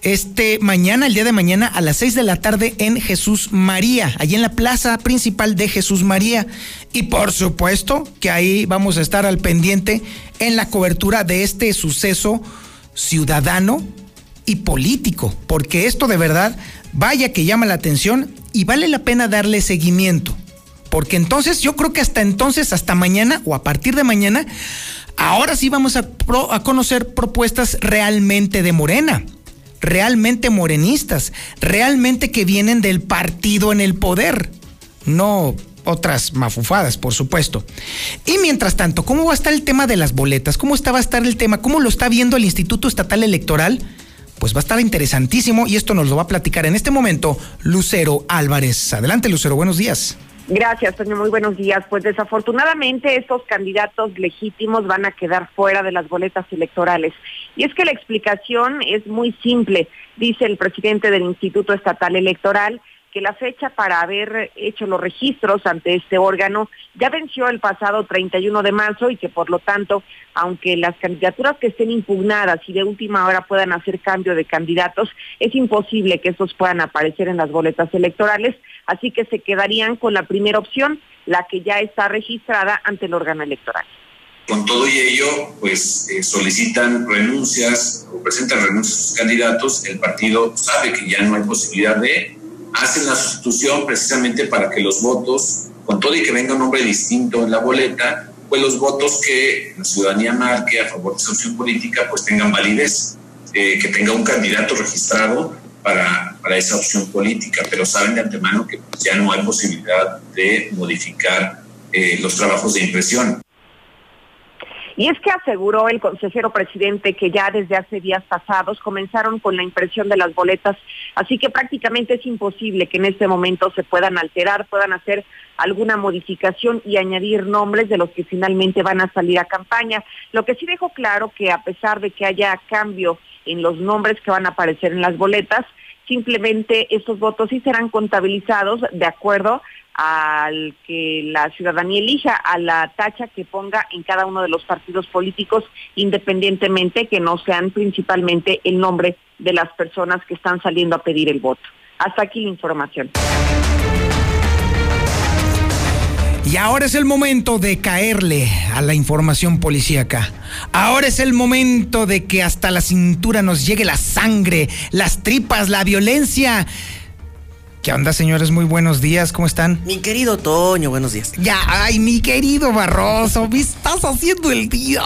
el día de mañana a las 6 de la tarde en Jesús María, allí en la plaza principal de Jesús María. Y por supuesto que ahí vamos a estar al pendiente en la cobertura de este suceso ciudadano y político, porque esto de verdad, vaya que llama la atención y vale la pena darle seguimiento. Porque entonces, yo creo que hasta mañana o a partir de mañana, ahora sí vamos a conocer propuestas realmente de Morena, realmente morenistas, realmente que vienen del partido en el poder, no otras mafufadas, por supuesto. Y mientras tanto, ¿cómo va a estar el tema de las boletas? ¿Cómo va a estar el tema? ¿Cómo lo está viendo el Instituto Estatal Electoral? Pues va a estar interesantísimo y esto nos lo va a platicar en este momento Lucero Álvarez. Adelante, Lucero, buenos días. Gracias, Toño, muy buenos días. Pues desafortunadamente estos candidatos legítimos van a quedar fuera de las boletas electorales. Y es que la explicación es muy simple. Dice el presidente del Instituto Estatal Electoral que la fecha para haber hecho los registros ante este órgano ya venció el pasado 31 de marzo y que por lo tanto, aunque las candidaturas que estén impugnadas y de última hora puedan hacer cambio de candidatos, es imposible que estos puedan aparecer en las boletas electorales, así que se quedarían con la primera opción, la que ya está registrada ante el órgano electoral. Con todo y ello, pues solicitan renuncias o presentan renuncias a sus candidatos. El partido sabe que ya no hay posibilidad hacen la sustitución precisamente para que los votos, con todo y que venga un nombre distinto en la boleta, pues los votos que la ciudadanía marque a favor de esa opción política pues tengan validez, que tenga un candidato registrado para esa opción política, pero saben de antemano que pues, ya no hay posibilidad de modificar los trabajos de impresión. Y es que aseguró el consejero presidente que ya desde hace días pasados comenzaron con la impresión de las boletas, así que prácticamente es imposible que en este momento se puedan alterar, puedan hacer alguna modificación y añadir nombres de los que finalmente van a salir a campaña. Lo que sí dejó claro que a pesar de que haya cambio en los nombres que van a aparecer en las boletas, simplemente estos votos sí serán contabilizados de acuerdo al que la ciudadanía elija, a la tacha que ponga en cada uno de los partidos políticos, independientemente que no sean principalmente el nombre de las personas que están saliendo a pedir el voto. Hasta aquí la información. Y ahora es el momento de caerle a la información policíaca. Ahora es el momento de que hasta la cintura nos llegue la sangre, las tripas, la violencia. ¿Qué onda, señores? Muy buenos días, ¿cómo están? Mi querido Toño, buenos días. Ya, ay, mi querido Barroso, me estás haciendo el día.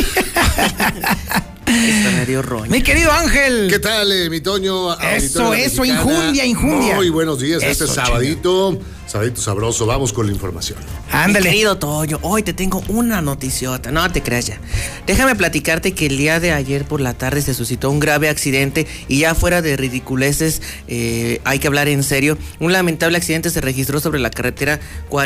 Está medio roña. Mi querido Ángel. ¿Qué tal, mi Toño? Eso, injundia. Muy buenos días, eso, este sabadito sabroso, vamos con la información. Ándale. Mi querido Toño, hoy te tengo una noticiota, no te creas ya. Déjame platicarte que el día de ayer por la tarde se suscitó un grave accidente y ya fuera de ridiculeces, hay que hablar en serio. Un lamentable accidente se registró sobre la carretera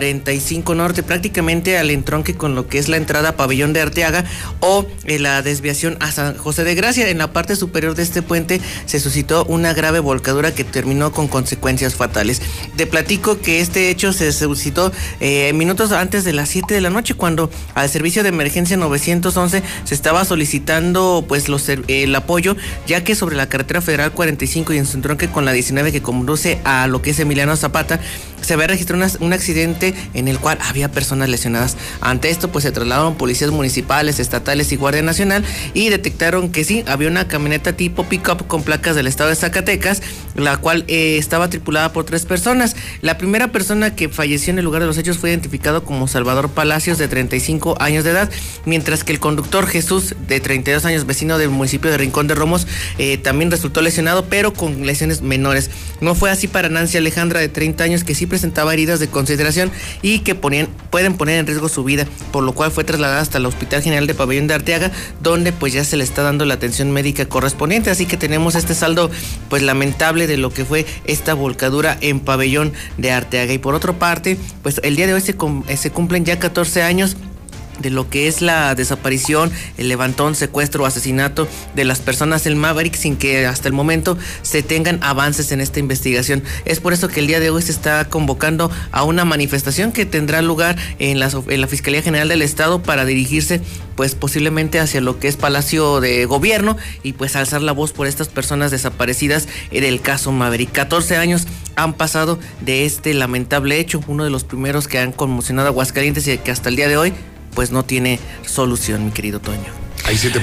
45 Norte, prácticamente al entronque con lo que es la entrada a Pabellón de Arteaga o la desviación a San José de Gracia. En la parte superior de este puente se suscitó una grave volcadura que terminó con consecuencias fatales. Te platico que este hecho se suscitó minutos antes de las 7 de la noche, cuando al servicio de emergencia 911 se estaba solicitando pues el apoyo, ya que sobre la carretera federal 45 y en su entronque con la 19 que conduce a lo que es Emiliano Zapata, se había registrado un accidente en el cual había personas lesionadas. Ante esto pues se trasladaron policías municipales, estatales y Guardia Nacional y detectaron que sí, había una camioneta tipo pick-up con placas del estado de Zacatecas, la cual estaba tripulada por 3 personas. La primera persona que falleció en el lugar de los hechos fue identificado como Salvador Palacios, de 35 años de edad, mientras que el conductor Jesús, de 32 años, vecino del municipio de Rincón de Romos, también resultó lesionado, pero con lesiones menores. No fue así para Nancy Alejandra, de 30 años, que sí presentaba heridas de consideración y que pueden poner en riesgo su vida, por lo cual fue trasladada hasta el Hospital General de Pabellón de Arteaga, donde pues ya se le está dando la atención médica correspondiente. Así que tenemos este saldo pues lamentable de lo que fue esta volcadura en Pabellón de Arteaga. Y por otra parte, pues el día de hoy se cumplen ya 14 años de lo que es la desaparición, el levantón, secuestro o asesinato de las personas del Maverick, sin que hasta el momento se tengan avances en esta investigación. Es por eso que el día de hoy se está convocando a una manifestación que tendrá lugar en la Fiscalía General del Estado para dirigirse pues posiblemente hacia lo que es Palacio de Gobierno y pues alzar la voz por estas personas desaparecidas del caso Maverick. 14 años han pasado de este lamentable hecho, uno de los primeros que han conmocionado a Aguascalientes y que hasta el día de hoy pues no tiene solución, mi querido Toño. Hay 7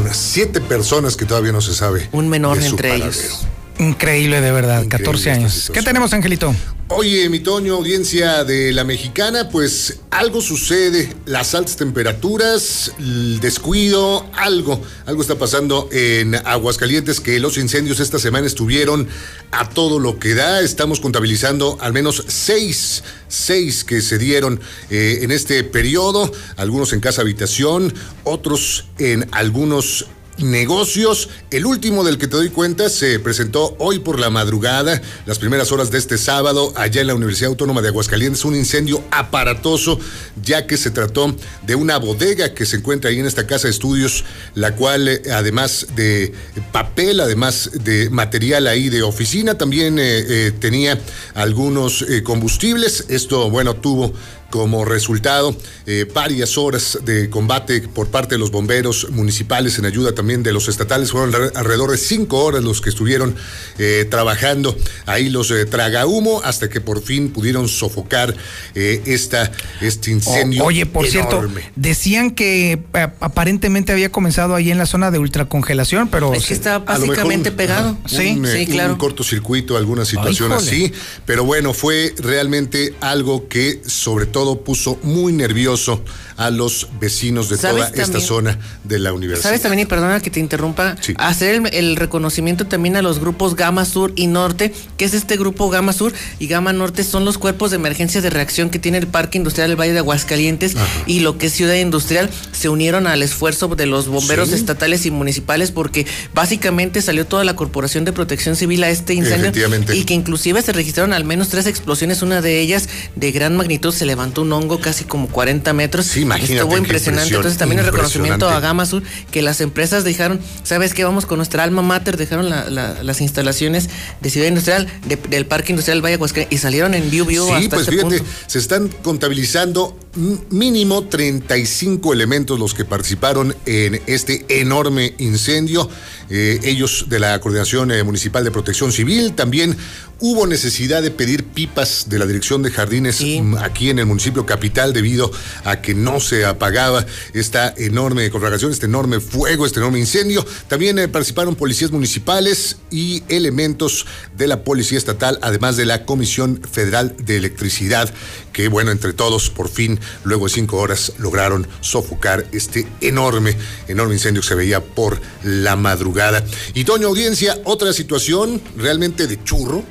personas que todavía no se sabe. Un menor entre ellos. Increíble, de verdad, 14 años. ¿Qué tenemos, Angelito? Oye, mi Toño, audiencia de La Mexicana, pues algo sucede, las altas temperaturas, el descuido, algo está pasando en Aguascalientes, que los incendios esta semana estuvieron a todo lo que da. Estamos contabilizando al menos 6 que se dieron en este periodo, algunos en casa habitación, otros en algunos negocios. El último del que te doy cuenta se presentó hoy por la madrugada, las primeras horas de este sábado, allá en la Universidad Autónoma de Aguascalientes, un incendio aparatoso, ya que se trató de una bodega que se encuentra ahí en esta casa de estudios, la cual además de papel, además de material ahí de oficina, también tenía algunos combustibles. Esto, bueno, tuvo como resultado varias horas de combate por parte de los bomberos municipales en ayuda también de los estatales. Fueron alrededor de 5 horas los que estuvieron trabajando ahí los tragahumo, hasta que por fin pudieron sofocar este incendio. Oye, por enorme. Cierto, decían que aparentemente había comenzado ahí en la zona de ultracongelación, pero es que está básicamente pegado. Sí, claro. Un cortocircuito, alguna situación así, pero bueno, fue realmente algo que sobre todo todo puso muy nervioso a los vecinos de toda esta zona de la universidad. ¿Sabes también, y perdona que te interrumpa, sí, hacer el reconocimiento también a los grupos Gama Sur y Norte? ¿Qué es este grupo Gama Sur y Gama Norte? Son los cuerpos de emergencia de reacción que tiene el Parque Industrial del Valle de Aguascalientes. Ajá. Y lo que es Ciudad Industrial se unieron al esfuerzo de los bomberos, sí, estatales y municipales, porque básicamente salió toda la Corporación de Protección Civil a este incendio, y que inclusive se registraron al menos 3 explosiones, una de ellas de gran magnitud, se levantó un hongo casi como 40 metros. Sí, imagínate. Estuvo impresionante. Entonces también el reconocimiento a Gama Sur, que las empresas dejaron, ¿sabes qué? Vamos con nuestra alma mater, dejaron las instalaciones de Ciudad Industrial, del Parque Industrial del Valle de Aguascalientes, y salieron en viu sí, hasta pues este punto. Se están contabilizando mínimo 35 elementos los que participaron en este enorme incendio. Ellos de la Coordinación Municipal de Protección Civil. También hubo necesidad de pedir pipas de la Dirección de Jardines, sí, aquí en el municipio capital, debido a que no se apagaba esta enorme conflagración, este enorme fuego, este enorme incendio. También participaron policías municipales y elementos de la Policía Estatal, además de la Comisión Federal de Electricidad, que bueno, entre todos, por fin, luego de 5 horas, lograron sofocar este enorme incendio que se veía por la madrugada. Y Toño, audiencia, otra situación realmente de churro,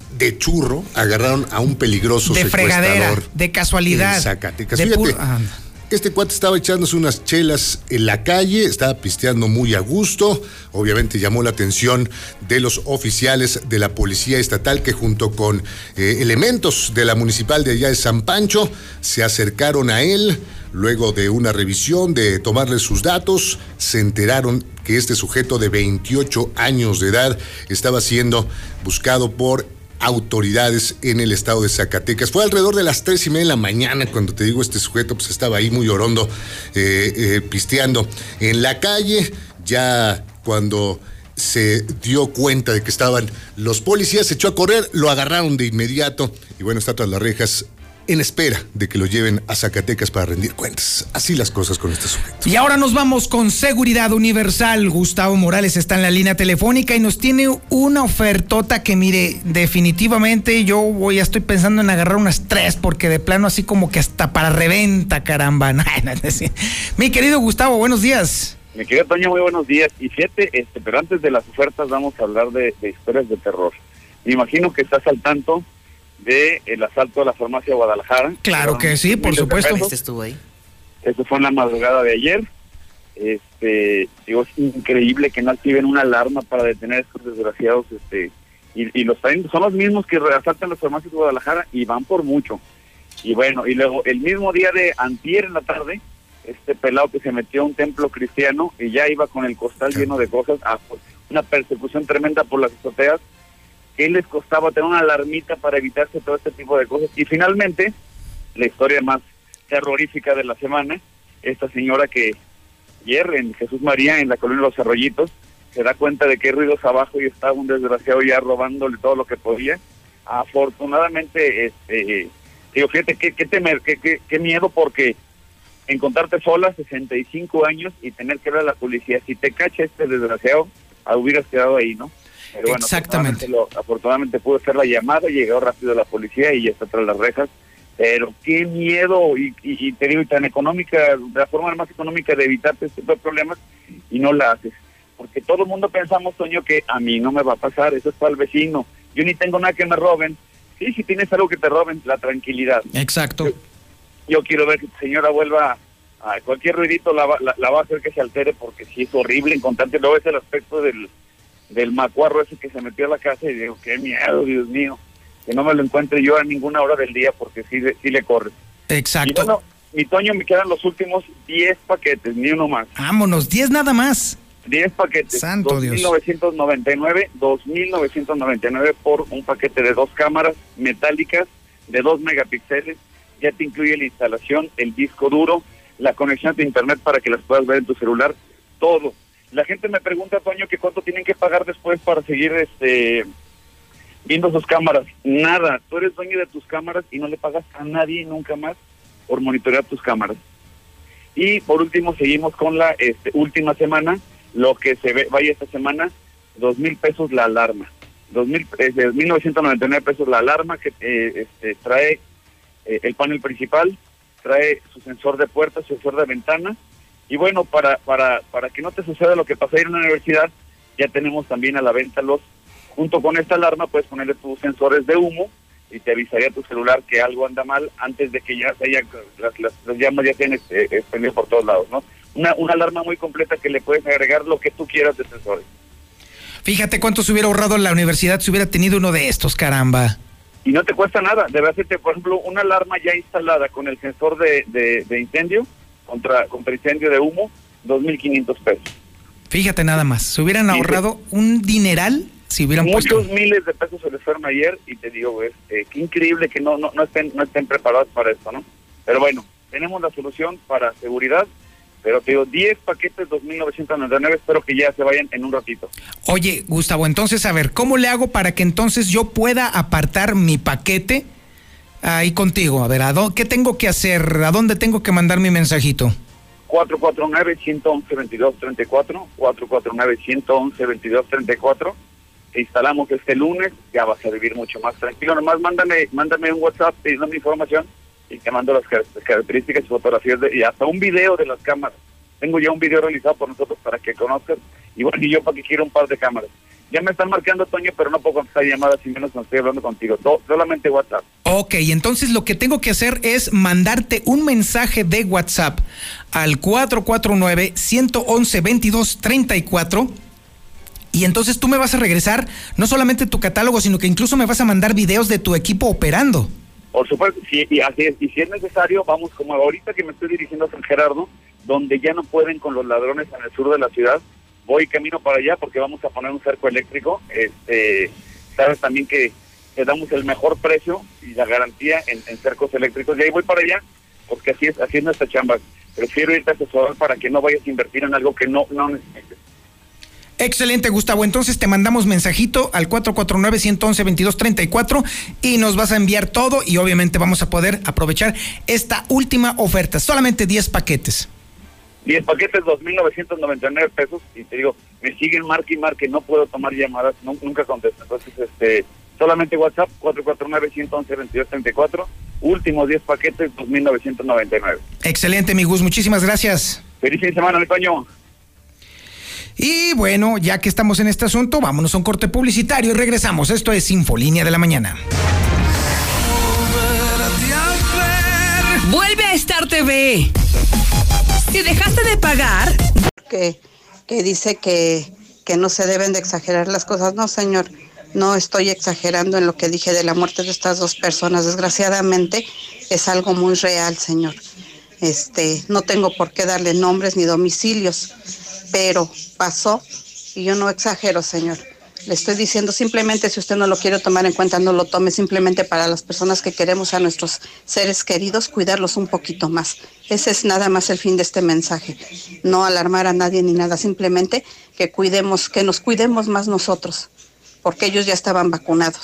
agarraron a un peligroso de secuestrador. Fregadera, de casualidad. En Zacatecas. Fíjate, este cuate estaba echándose unas chelas en la calle, estaba pisteando muy a gusto. Obviamente llamó la atención de los oficiales de la Policía Estatal, que junto con elementos de la municipal de allá de San Pancho se acercaron a él. Luego de una revisión, de tomarle sus datos, se enteraron que este sujeto de 28 años de edad estaba siendo buscado por autoridades en el estado de Zacatecas. Fue alrededor de las 3:30 de la mañana cuando, te digo, este sujeto pues estaba ahí muy orondo, pisteando en la calle. Ya cuando se dio cuenta de que estaban los policías, se echó a correr, lo agarraron de inmediato y bueno, está tras las rejas en espera de que lo lleven a Zacatecas para rendir cuentas. Así las cosas con este sujeto. Y ahora nos vamos con Seguridad Universal. Gustavo Morales está en la línea telefónica y nos tiene una ofertota que, mire, definitivamente yo ya estoy pensando en agarrar unas 3, porque de plano así como que hasta para reventa, caramba. Mi querido Gustavo, buenos días. Mi querido Toño, muy buenos días. Y fíjate, pero antes de las ofertas vamos a hablar de historias de terror. Me imagino que estás al tanto de el asalto a la farmacia Guadalajara. Claro que sí, por supuesto. Este estuvo ahí. Eso fue en la madrugada de ayer. Digo, es increíble que no activen una alarma para detener a estos desgraciados, y los traen, son los mismos que asaltan las farmacias de Guadalajara y van por mucho. Y bueno, y luego el mismo día de antier en la tarde, este pelado que se metió a un templo cristiano y ya iba con el costal lleno de cosas, una persecución tremenda por las azoteas. ¿Qué les costaba tener una alarmita para evitarse todo este tipo de cosas? Y finalmente, la historia más terrorífica de la semana, esta señora que ayer en Jesús María, en la colonia de Los Arroyitos, se da cuenta de que hay ruidos abajo y estaba un desgraciado ya robándole todo lo que podía. Afortunadamente, digo, fíjate qué miedo, porque encontrarte sola, 65 años, y tener que ver a la policía. Si te cacha este desgraciado, hubieras quedado ahí, ¿no? Pero bueno, exactamente. Afortunadamente pudo hacer la llamada, llegó rápido la policía y ya está tras las rejas. Pero qué miedo, y te digo, y tan económica, la forma más económica de evitarte este tipo de problemas, y no la haces. Porque todo el mundo pensamos, Toño, que a mí no me va a pasar, eso es para el vecino. Yo ni tengo nada que me roben. Sí, si tienes algo que te roben, la tranquilidad. Exacto. Yo quiero ver que tu señora vuelva a cualquier ruidito, la va a hacer que se altere, porque sí es horrible encontrarte. Luego es el aspecto del macuarro ese que se metió a la casa y digo, qué miedo, Dios mío, que no me lo encuentre yo a ninguna hora del día, porque sí le corre. Exacto. Y bueno, mi Toño, me quedan los últimos 10 paquetes, ni uno más. Vámonos, 10 nada más. 10 paquetes. Santo Dios. 2,999 por un paquete de 2 cámaras metálicas de 2 megapíxeles. Ya te incluye la instalación, el disco duro, la conexión de internet para que las puedas ver en tu celular, todo. La gente me pregunta, Toño, que cuánto tienen que pagar después para seguir viendo sus cámaras. Nada, tú eres dueño de tus cámaras y no le pagas a nadie nunca más por monitorear tus cámaras. Y por último, seguimos con la última semana, lo que vaya esta semana, 2,000 pesos la alarma. 1,999 pesos la alarma, que trae el panel principal, trae su sensor de puerta, su sensor de ventana, y bueno, para que no te suceda lo que pasó ahí en la universidad, ya tenemos también a la venta junto con esta alarma, puedes ponerle tus sensores de humo, y te avisaría tu celular que algo anda mal antes de que ya las llamas ya estén extendidas por todos lados, ¿no? Una alarma muy completa que le puedes agregar lo que tú quieras de sensores. Fíjate cuánto se hubiera ahorrado la universidad si hubiera tenido uno de estos, caramba. Y no te cuesta nada, debe hacerte, por ejemplo, una alarma ya instalada con el sensor de incendio, contra incendio de humo, 2,500 pesos. Fíjate nada más, se hubieran ahorrado un dineral si hubieran muchos miles de pesos se les fueron ayer, y te digo, qué increíble que no estén preparados para esto, ¿no? Pero bueno, tenemos la solución para seguridad, pero te digo, 10 paquetes, 2,999, espero que ya se vayan en un ratito. Oye, Gustavo, entonces, a ver, ¿cómo le hago para que entonces yo pueda apartar mi paquete ahí contigo? A ver, ¿qué tengo que hacer? ¿A dónde tengo que mandar mi mensajito? 449-111-2234, 449-111-2234. Te instalamos este lunes, ya vas a vivir mucho más tranquilo. Nomás mándame un WhatsApp pidiendo mi información y te mando las características y fotografías y hasta un video de las cámaras. Tengo ya un video realizado por nosotros para que conozcas, y bueno, y yo para que quiero un par de cámaras. Ya me están marcando, Toño, pero no puedo contestar llamadas, y menos cuando estoy hablando contigo. Solamente WhatsApp. Ok, entonces lo que tengo que hacer es mandarte un mensaje de WhatsApp al 449-111-2234, y entonces tú me vas a regresar no solamente tu catálogo, sino que incluso me vas a mandar videos de tu equipo operando. Por supuesto, sí, y así es. Y si es necesario, vamos, como ahorita que me estoy dirigiendo a San Gerardo, donde ya no pueden con los ladrones en el sur de la ciudad, voy camino para allá porque vamos a poner un cerco eléctrico. Sabes también que te damos el mejor precio y la garantía en cercos eléctricos, y ahí voy para allá, porque así es nuestra chamba. Prefiero irte a asesorar para que no vayas a invertir en algo que no necesites. Excelente, Gustavo. Entonces te mandamos mensajito al 449-111-2234 y nos vas a enviar todo, y obviamente vamos a poder aprovechar esta última oferta. Solamente 10 paquetes. 10 paquetes, 2,999 pesos, y te digo, me siguen marque y marque, no puedo tomar llamadas, nunca contesto. Entonces, solamente WhatsApp, 449-111-2234, últimos 10 paquetes, 2,999. Excelente, mi Gus, muchísimas gracias. Feliz fin de semana, mi Toño. Y bueno, ya que estamos en este asunto, vámonos a un corte publicitario y regresamos. Esto es Infolínea de la Mañana. Vuelve a Star TV. Si dejaste de pagar... Que dice que no se deben de exagerar las cosas. No, señor, no estoy exagerando en lo que dije de la muerte de estas dos personas. Desgraciadamente es algo muy real, señor. No tengo por qué darle nombres ni domicilios, pero pasó y yo no exagero, señor. Le estoy diciendo, simplemente, si usted no lo quiere tomar en cuenta, no lo tome. Simplemente para las personas que queremos a nuestros seres queridos, cuidarlos un poquito más. Ese es nada más el fin de este mensaje. No alarmar a nadie ni nada, simplemente que nos cuidemos más nosotros, porque ellos ya estaban vacunados.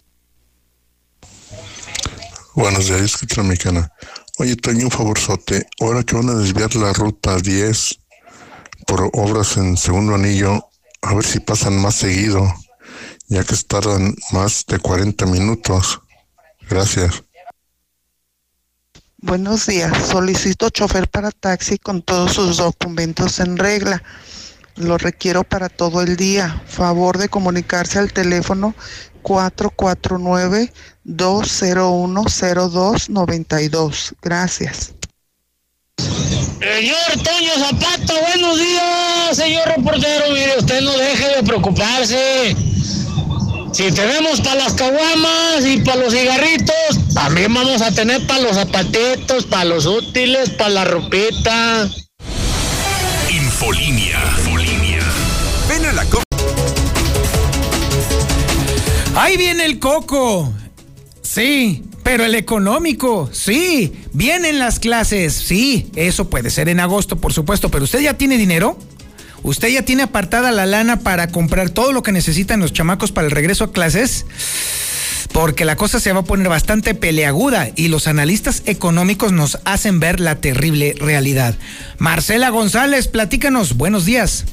Buenos días, escucha mexicana. Oye, Toño, un favorzote. Ahora que van a desviar la ruta 10 por obras en Segundo Anillo, a ver si pasan más seguido, ya que tardan más de 40 minutos. Gracias. Buenos días. Solicito chofer para taxi con todos sus documentos en regla. Lo requiero para todo el día. Favor de comunicarse al teléfono 449-201-0292. Gracias. Señor Toño Zapata, buenos días, señor reportero. Mire, usted no deje de preocuparse. Si tenemos para las caguamas y para los cigarritos, también vamos a tener para los zapatitos, para los útiles, para la ropita. Infolínea. Ven a la Ahí viene el coco. Sí, pero el económico, sí. Vienen las clases, sí. Eso puede ser en agosto, por supuesto, pero ¿usted ya tiene dinero? ¿Usted ya tiene apartada la lana para comprar todo lo que necesitan los chamacos para el regreso a clases? Porque la cosa se va a poner bastante peleaguda y los analistas económicos nos hacen ver la terrible realidad. Marcela González, platícanos. Buenos días.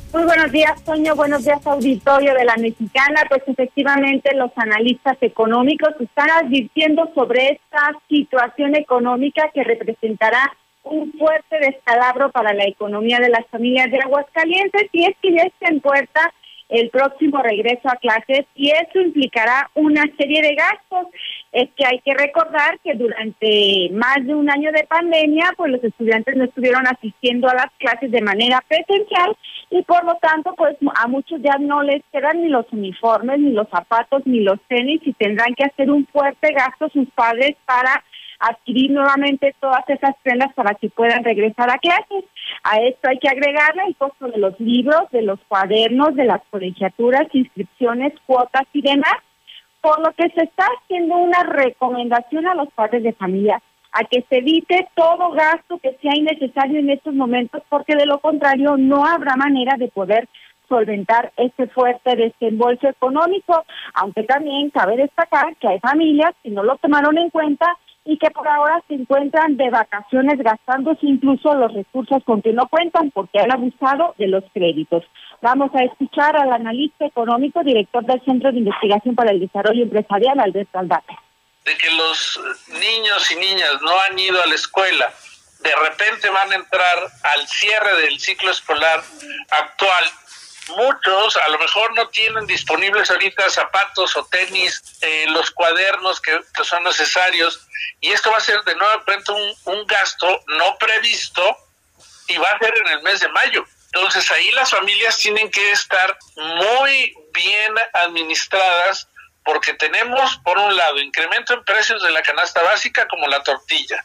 Muy buenos días, Toño. Buenos días, auditorio de La Mexicana. Pues efectivamente los analistas económicos están advirtiendo sobre esta situación económica que representará un fuerte descalabro para la economía de las familias de Aguascalientes, y es que ya está en puerta el próximo regreso a clases y eso implicará una serie de gastos. Es que hay que recordar que durante más de un año de pandemia, pues los estudiantes no estuvieron asistiendo a las clases de manera presencial y por lo tanto, pues a muchos ya no les quedan ni los uniformes, ni los zapatos, ni los tenis y tendrán que hacer un fuerte gasto sus padres para adquirir nuevamente todas esas prendas para que puedan regresar a clases. A esto hay que agregarle el costo de los libros, de los cuadernos, de las colegiaturas, inscripciones, cuotas y demás, por lo que se está haciendo una recomendación a los padres de familia a que se evite todo gasto que sea innecesario en estos momentos, porque de lo contrario no habrá manera de poder solventar este fuerte desembolso económico, aunque también cabe destacar que hay familias que no lo tomaron en cuenta y que por ahora se encuentran de vacaciones gastándose incluso los recursos con que no cuentan porque han abusado de los créditos. Vamos a escuchar al analista económico, director del Centro de Investigación para el Desarrollo Empresarial, Alberto Aldate. De que los niños y niñas no han ido a la escuela, de repente van a entrar al cierre del ciclo escolar actual. Muchos a lo mejor no tienen disponibles ahorita zapatos o tenis, los cuadernos que son necesarios, y esto va a ser de nuevo cuenta un gasto no previsto y va a ser en el mes de mayo. Entonces ahí las familias tienen que estar muy bien administradas porque tenemos por un lado incremento en precios de la canasta básica como la tortilla.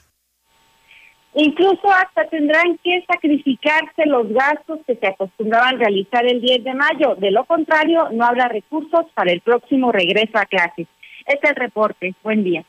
Incluso hasta tendrán que sacrificarse los gastos que se acostumbraban a realizar el 10 de mayo. De lo contrario, no habrá recursos para el próximo regreso a clases. Este es el reporte. Buen día.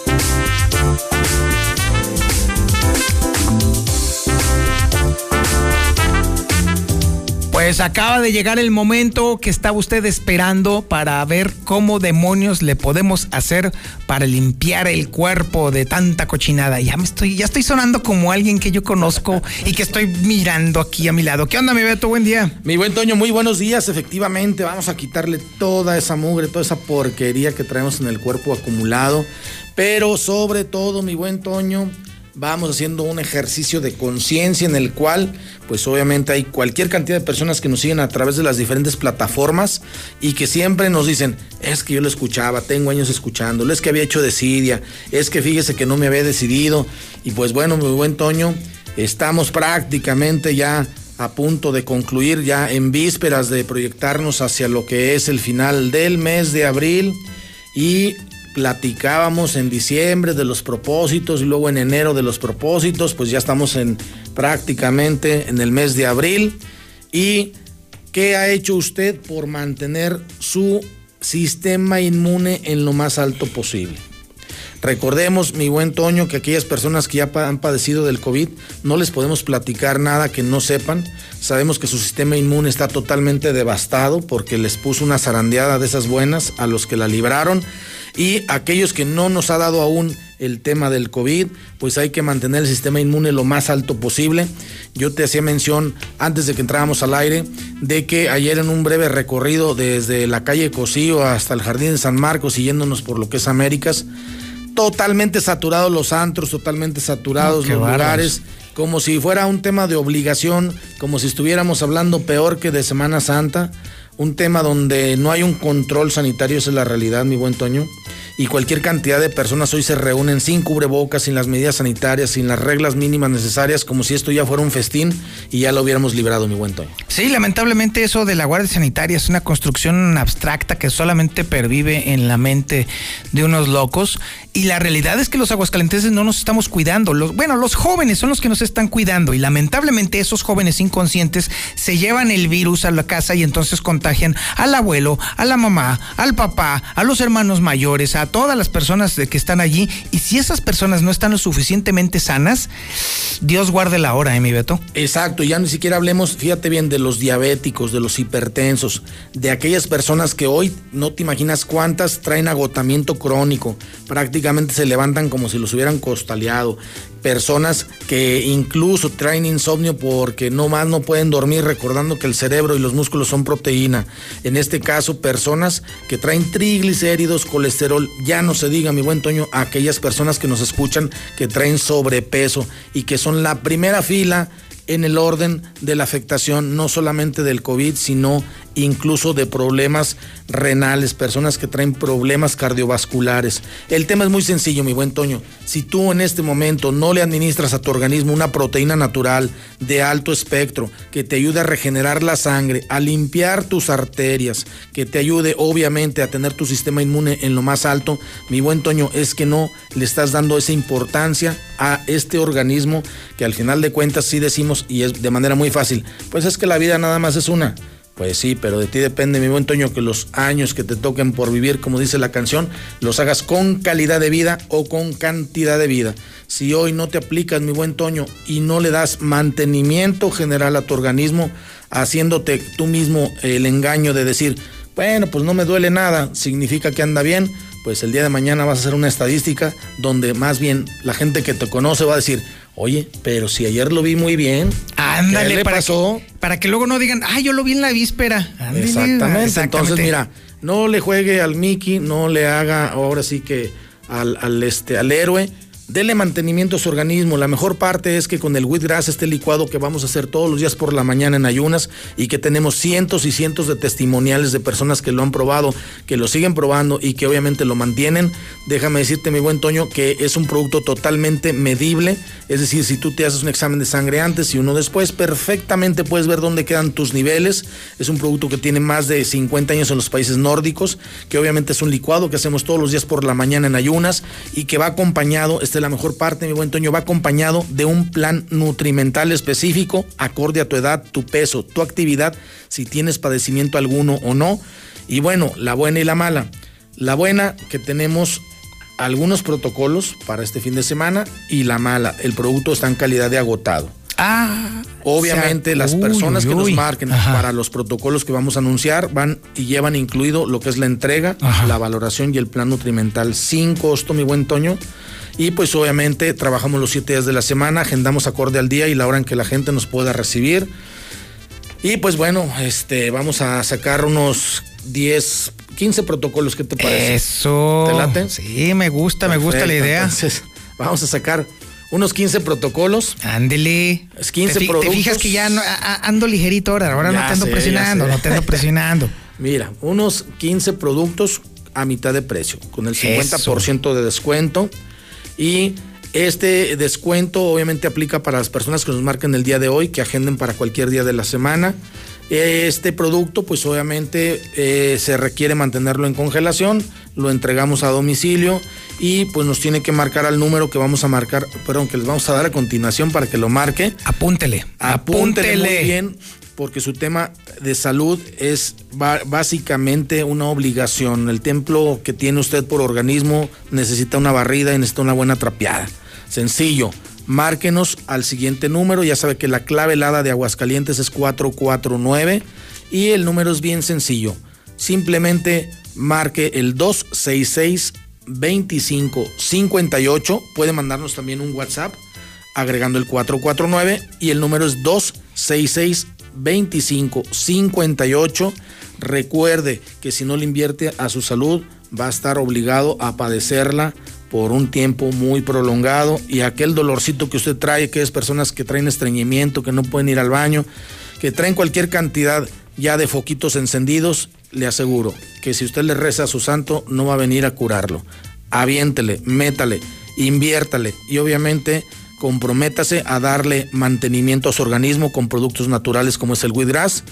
Pues acaba de llegar el momento que estaba usted esperando para ver cómo demonios le podemos hacer para limpiar el cuerpo de tanta cochinada. Ya estoy sonando como alguien que yo conozco y que estoy mirando aquí a mi lado. ¿Qué onda, mi Beto? Buen día. Mi buen Toño, muy buenos días. Efectivamente, vamos a quitarle toda esa mugre, toda esa porquería que traemos en el cuerpo acumulado. Pero sobre todo, mi buen Toño, vamos haciendo un ejercicio de conciencia en el cual, pues obviamente hay cualquier cantidad de personas que nos siguen a través de las diferentes plataformas y que siempre nos dicen, es que yo lo escuchaba, tengo años escuchándolo, es que había hecho desidia, es que fíjese que no me había decidido. Y pues bueno, mi buen Toño, estamos prácticamente ya a punto de concluir, ya en vísperas de proyectarnos hacia lo que es el final del mes de abril, y platicábamos en diciembre de los propósitos y luego en enero de los propósitos. Pues ya estamos prácticamente en el mes de abril. ¿Y qué ha hecho usted por mantener su sistema inmune en lo más alto posible? Recordemos, mi buen Toño, que aquellas personas que ya han padecido del COVID no les podemos platicar nada que no sepan. Sabemos que su sistema inmune está totalmente devastado porque les puso una zarandeada de esas buenas a los que la libraron. Y aquellos que no nos ha dado aún el tema del COVID, pues hay que mantener el sistema inmune lo más alto posible. Yo te hacía mención antes de que entráramos al aire de que ayer en un breve recorrido desde la calle Cosío hasta el Jardín de San Marcos, siguiéndonos por lo que es Américas, totalmente saturados los antros, totalmente saturados los lugares, como si fuera un tema de obligación, como si estuviéramos hablando peor que de Semana Santa. Un tema donde no hay un control sanitario, esa es la realidad, mi buen Toño. Y cualquier cantidad de personas hoy se reúnen sin cubrebocas, sin las medidas sanitarias, sin las reglas mínimas necesarias, como si esto ya fuera un festín y ya lo hubiéramos librado, mi buen Toño. Sí, lamentablemente eso de la Guardia Sanitaria es una construcción abstracta que solamente pervive en la mente de unos locos. Y la realidad es que los aguascalentenses no nos estamos cuidando. Los jóvenes son los que nos están cuidando y lamentablemente esos jóvenes inconscientes se llevan el virus a la casa y entonces contagian al abuelo, a la mamá, al papá, a los hermanos mayores, a todas las personas que están allí. Y si esas personas no están lo suficientemente sanas, Dios guarde la hora, mi Beto. Exacto, ya ni siquiera hablemos, fíjate bien, de los diabéticos, de los hipertensos, de aquellas personas que hoy no te imaginas cuántas traen agotamiento crónico, prácticamente se levantan como si los hubieran costaleado. personas que incluso traen insomnio porque no pueden dormir, recordando que el cerebro y los músculos son proteína. En este caso, personas que traen triglicéridos, colesterol, ya no se diga, mi buen Toño, aquellas personas que nos escuchan que traen sobrepeso y que son la primera fila en el orden de la afectación, no solamente del COVID, sino incluso de problemas renales, personas que traen problemas cardiovasculares. El tema es muy sencillo, mi buen Toño. Si tú en este momento no le administras a tu organismo una proteína natural de alto espectro que te ayude a regenerar la sangre, a limpiar tus arterias, que te ayude obviamente a tener tu sistema inmune en lo más alto, mi buen Toño, es que no le estás dando esa importancia a este organismo que al final de cuentas sí decimos, y es de manera muy fácil, pues es que la vida nada más es una. Pues sí, pero de ti depende, mi buen Toño, que los años que te toquen por vivir, como dice la canción, los hagas con calidad de vida o con cantidad de vida. Si hoy no te aplicas, mi buen Toño, y no le das mantenimiento general a tu organismo, haciéndote tú mismo el engaño de decir, bueno, pues no me duele nada, significa que anda bien, pues el día de mañana vas a hacer una estadística donde más bien la gente que te conoce va a decir, oye, pero si ayer lo vi muy bien. Ándale, ¿qué le pasó? Para que luego no digan, yo lo vi en la víspera. Ándale, exactamente. Entonces, mira, no le juegue al Mickey, no le haga ahora sí que al héroe. Dele mantenimiento a su organismo. La mejor parte es que con el wheatgrass, este licuado que vamos a hacer todos los días por la mañana en ayunas y que tenemos cientos y cientos de testimoniales de personas que lo han probado, que lo siguen probando y que obviamente lo mantienen. Déjame decirte, mi buen Toño, que es un producto totalmente medible. Es decir, si tú te haces un examen de sangre antes y uno después, perfectamente puedes ver dónde quedan tus niveles. Es un producto que tiene más de 50 años en los países nórdicos, que obviamente es un licuado que hacemos todos los días por la mañana en ayunas y que va acompañado, esta es la mejor parte, mi buen Toño, va acompañado de un plan nutrimental específico acorde a tu edad, tu peso, tu actividad, si tienes padecimiento alguno o no. Y bueno, la buena y la mala. La buena, que tenemos algunos protocolos para este fin de semana, y la mala, el producto está en calidad de agotado. Obviamente las personas que nos marquen para los protocolos que vamos a anunciar van y llevan incluido lo que es la entrega, la valoración y el plan nutrimental sin costo, mi buen Toño. Y pues obviamente trabajamos los 7 días de la semana, agendamos acorde al día y la hora en que la gente nos pueda recibir. Y pues bueno, vamos a sacar unos 15 protocolos, ¿qué te parece? Eso. ¿Te late? Sí, me gusta la idea. Entonces, vamos a sacar unos 15 protocolos. Ándele. 15 productos. Te fijas que ya ando ligerito ahora no te ando presionando, Mira, unos 15 productos a mitad de precio, con el 50% de descuento. Y este descuento obviamente aplica para las personas que nos marquen el día de hoy, que agenden para cualquier día de la semana. Este producto pues obviamente se requiere mantenerlo en congelación, lo entregamos a domicilio y pues nos tiene que marcar al número que vamos a marcar, que les vamos a dar a continuación para que lo marque. Apúntele muy bien, porque su tema de salud es básicamente una obligación. El templo que tiene usted por organismo necesita una barrida y necesita una buena trapeada. Sencillo, márquenos al siguiente número. Ya sabe que la clave helada de Aguascalientes es 449 y el número es bien sencillo. Simplemente marque el 266-2558. Puede mandarnos también un WhatsApp agregando el 449 y el número es 266-2558. Recuerde que si no le invierte a su salud, va a estar obligado a padecerla por un tiempo muy prolongado, y aquel dolorcito que usted trae, que es personas que traen estreñimiento, que no pueden ir al baño, que traen cualquier cantidad ya de foquitos encendidos, le aseguro que si usted le reza a su santo, no va a venir a curarlo. Aviéntele, métale, inviértale y obviamente comprométase a darle mantenimiento a su organismo con productos naturales como es el wheatgrass.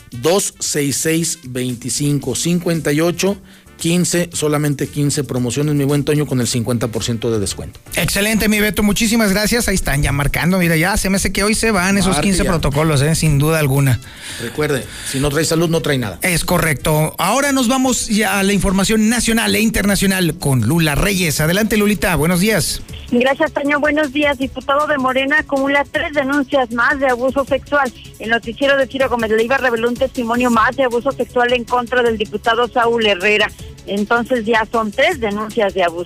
266-2558. 15, solamente 15 promociones, mi buen Toño, con el 50% de descuento. Excelente, mi Beto, muchísimas gracias. Ahí están ya marcando, mira, ya se me hace que hoy se van esos 15 protocolos, sin duda alguna. Recuerde, si no trae salud, no trae nada. Es correcto. Ahora nos vamos ya a la información nacional e internacional con Lula Reyes. Adelante, Lulita, buenos días. Gracias, Toño. Buenos días. Diputado de Morena acumula 3 denuncias más de abuso sexual. El noticiero de Ciro Gómez Leiva reveló un testimonio más de abuso sexual en contra del diputado Saúl Herrera. Entonces ya son 3 denuncias de abuso.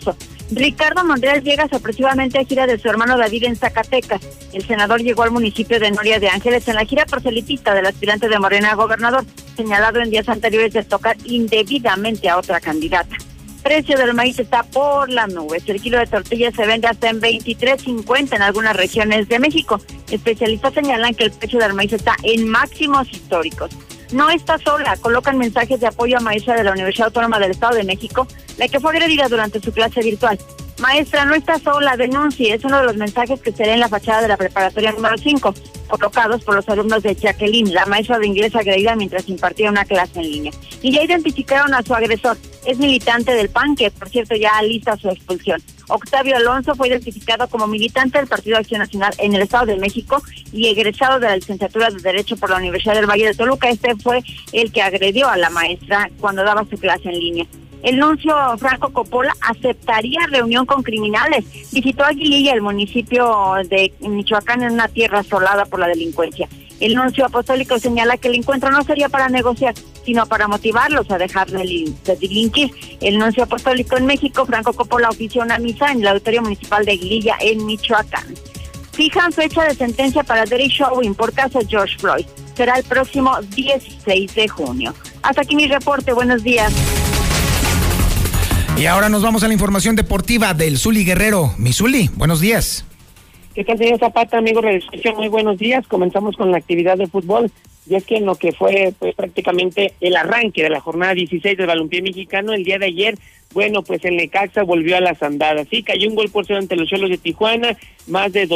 Ricardo Monreal llega sorpresivamente a gira de su hermano David en Zacatecas. El senador llegó al municipio de Noria de Ángeles en la gira proselitista del aspirante de Morena a gobernador, señalado en días anteriores de tocar indebidamente a otra candidata. Precio del maíz está por las nubes. El kilo de tortilla se vende hasta en 23.50 en algunas regiones de México. Especialistas señalan que el precio del maíz está en máximos históricos. No está sola, colocan mensajes de apoyo a maestra de la Universidad Autónoma del Estado de México, la que fue agredida durante su clase virtual. Maestra, no está sola, denuncie, es uno de los mensajes que se lee en la fachada de la preparatoria número 5, colocados por los alumnos de Jacqueline, la maestra de inglés agredida mientras impartía una clase en línea. Y ya identificaron a su agresor, es militante del PAN, que por cierto ya alista su expulsión. Octavio Alonso fue identificado como militante del Partido Acción Nacional en el Estado de México y egresado de la licenciatura de Derecho por la Universidad del Valle de Toluca. Este fue el que agredió a la maestra cuando daba su clase en línea. El nuncio Franco Coppola aceptaría reunión con criminales. Visitó Aguililla, el municipio de Michoacán, en una tierra asolada por la delincuencia. El nuncio apostólico señala que el encuentro no sería para negociar, sino para motivarlos a dejar de delinquir. El nuncio apostólico en México, Franco Coppola, ofició una misa en el auditorio municipal de Aguililla, en Michoacán. Fijan fecha de sentencia para Derek Chauvin por caso George Floyd. Será el próximo 16 de junio. Hasta aquí mi reporte. Buenos días. Y ahora nos vamos a la información deportiva del Zuli Guerrero. Mi Zuli, buenos días. ¿Qué tal, señor Zapata, amigo de Redescucha? Muy buenos días. Comenzamos con la actividad de fútbol. Y es que en lo que fue pues prácticamente el arranque de la jornada 16 del balompié mexicano, el día de ayer, bueno, pues el Necaxa volvió a las andadas. Sí, cayó 1-0 ante los Cholos de Tijuana, más de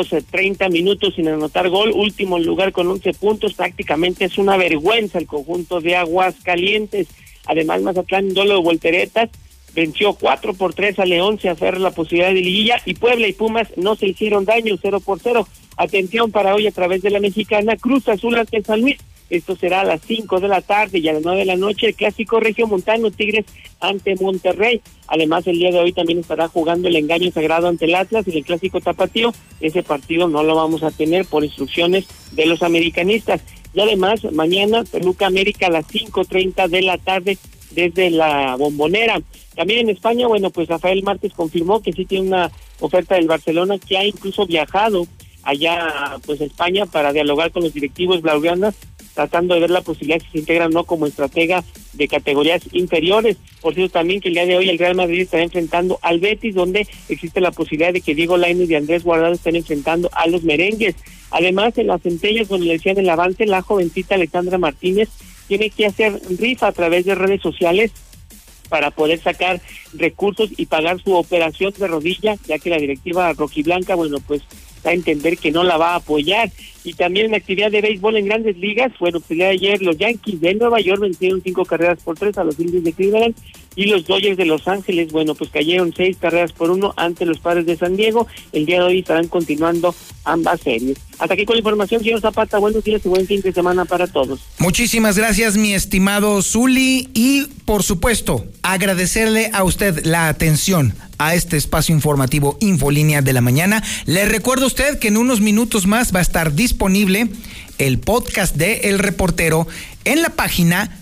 230 minutos sin anotar gol, último lugar con 11 puntos, prácticamente es una vergüenza el conjunto de Aguascalientes. Además, Mazatlán, en duelo de volteretas, venció 4-3 a León, se aferra la posibilidad de liguilla, y Puebla y Pumas no se hicieron daño, 0-0. Atención para hoy a través de la Mexicana, Cruz Azul ante San Luis. Esto será a las 5 de la tarde y a las 9 de la noche el clásico regiomontano, Tigres ante Monterrey. Además, el día de hoy también estará jugando el engaño sagrado ante el Atlas y el clásico tapatío. Ese partido no lo vamos a tener por instrucciones de los americanistas. Y además, mañana Toluca América a las 5:30 de la tarde desde la Bombonera. También en España, bueno, pues Rafael Márquez confirmó que sí tiene una oferta del Barcelona, que ha incluso viajado allá pues a España para dialogar con los directivos blaugranas, tratando de ver la posibilidad de que se integran no como estratega de categorías inferiores. Por cierto, también que el día de hoy el Real Madrid estará enfrentando al Betis, donde existe la posibilidad de que Diego Lainez y Andrés Guardado estén enfrentando a los merengues. Además, en las centellas, donde le decían el avance, la jovencita Alexandra Martínez tiene que hacer rifa a través de redes sociales para poder sacar recursos y pagar su operación de rodilla, ya que la directiva rojiblanca, bueno, pues da a entender que no la va a apoyar. Y también en actividad de béisbol en Grandes Ligas, bueno, pues el día de ayer los Yankees de Nueva York vencieron 5-3 a los Indios de Cleveland, y los Dodgers de Los Ángeles, bueno, pues cayeron 6-1 ante los Padres de San Diego. El día de hoy estarán continuando ambas series. Hasta aquí con la información, señor Zapata. Buenos días y buen fin de semana para todos. Muchísimas gracias, mi estimado Zuli, y por supuesto, agradecerle a usted la atención a este espacio informativo Infolínea de la Mañana. Le recuerdo a usted que en unos minutos más va a estar disponible el podcast de El Reportero en la página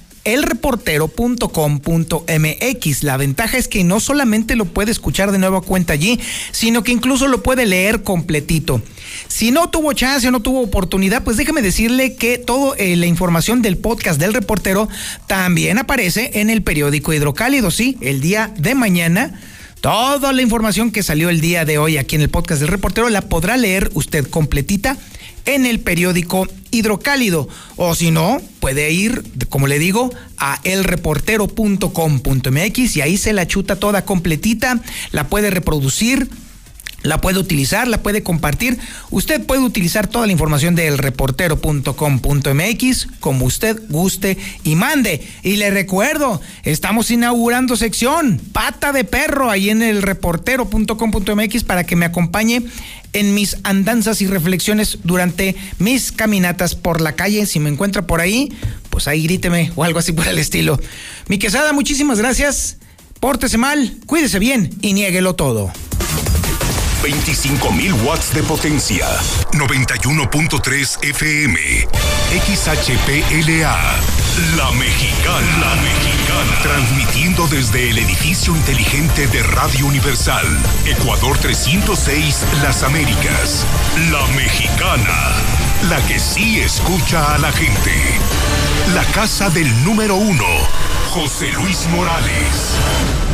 elreportero.com.mx. La ventaja es que no solamente lo puede escuchar de nueva cuenta allí, sino que incluso lo puede leer completito. Si no tuvo chance o no tuvo oportunidad, pues déjeme decirle que toda la información del podcast del Reportero también aparece en el periódico Hidrocálido. Sí, el día de mañana, toda la información que salió el día de hoy aquí en el podcast del Reportero la podrá leer usted completita en el periódico Hidrocálido, o si no, puede ir, como le digo, a elreportero.com.mx y ahí se la chuta toda completita, la puede reproducir, la puede utilizar, la puede compartir. Usted puede utilizar toda la información de elreportero.com.mx como usted guste y mande. Y le recuerdo, estamos inaugurando sección Pata de Perro ahí en elreportero.com.mx para que me acompañe en mis andanzas y reflexiones durante mis caminatas por la calle. Si me encuentra por ahí, pues ahí gríteme o algo así por el estilo. Mi Quesada, muchísimas gracias. Pórtese mal, cuídese bien y niéguelo todo. 25,000 watts de potencia. 91.3 FM. XHPLA. La Mexicana. Transmitiendo desde el edificio inteligente de Radio Universal. Ecuador 306, Las Américas. La Mexicana. La que sí escucha a la gente. La casa del número 1. José Luis Morales.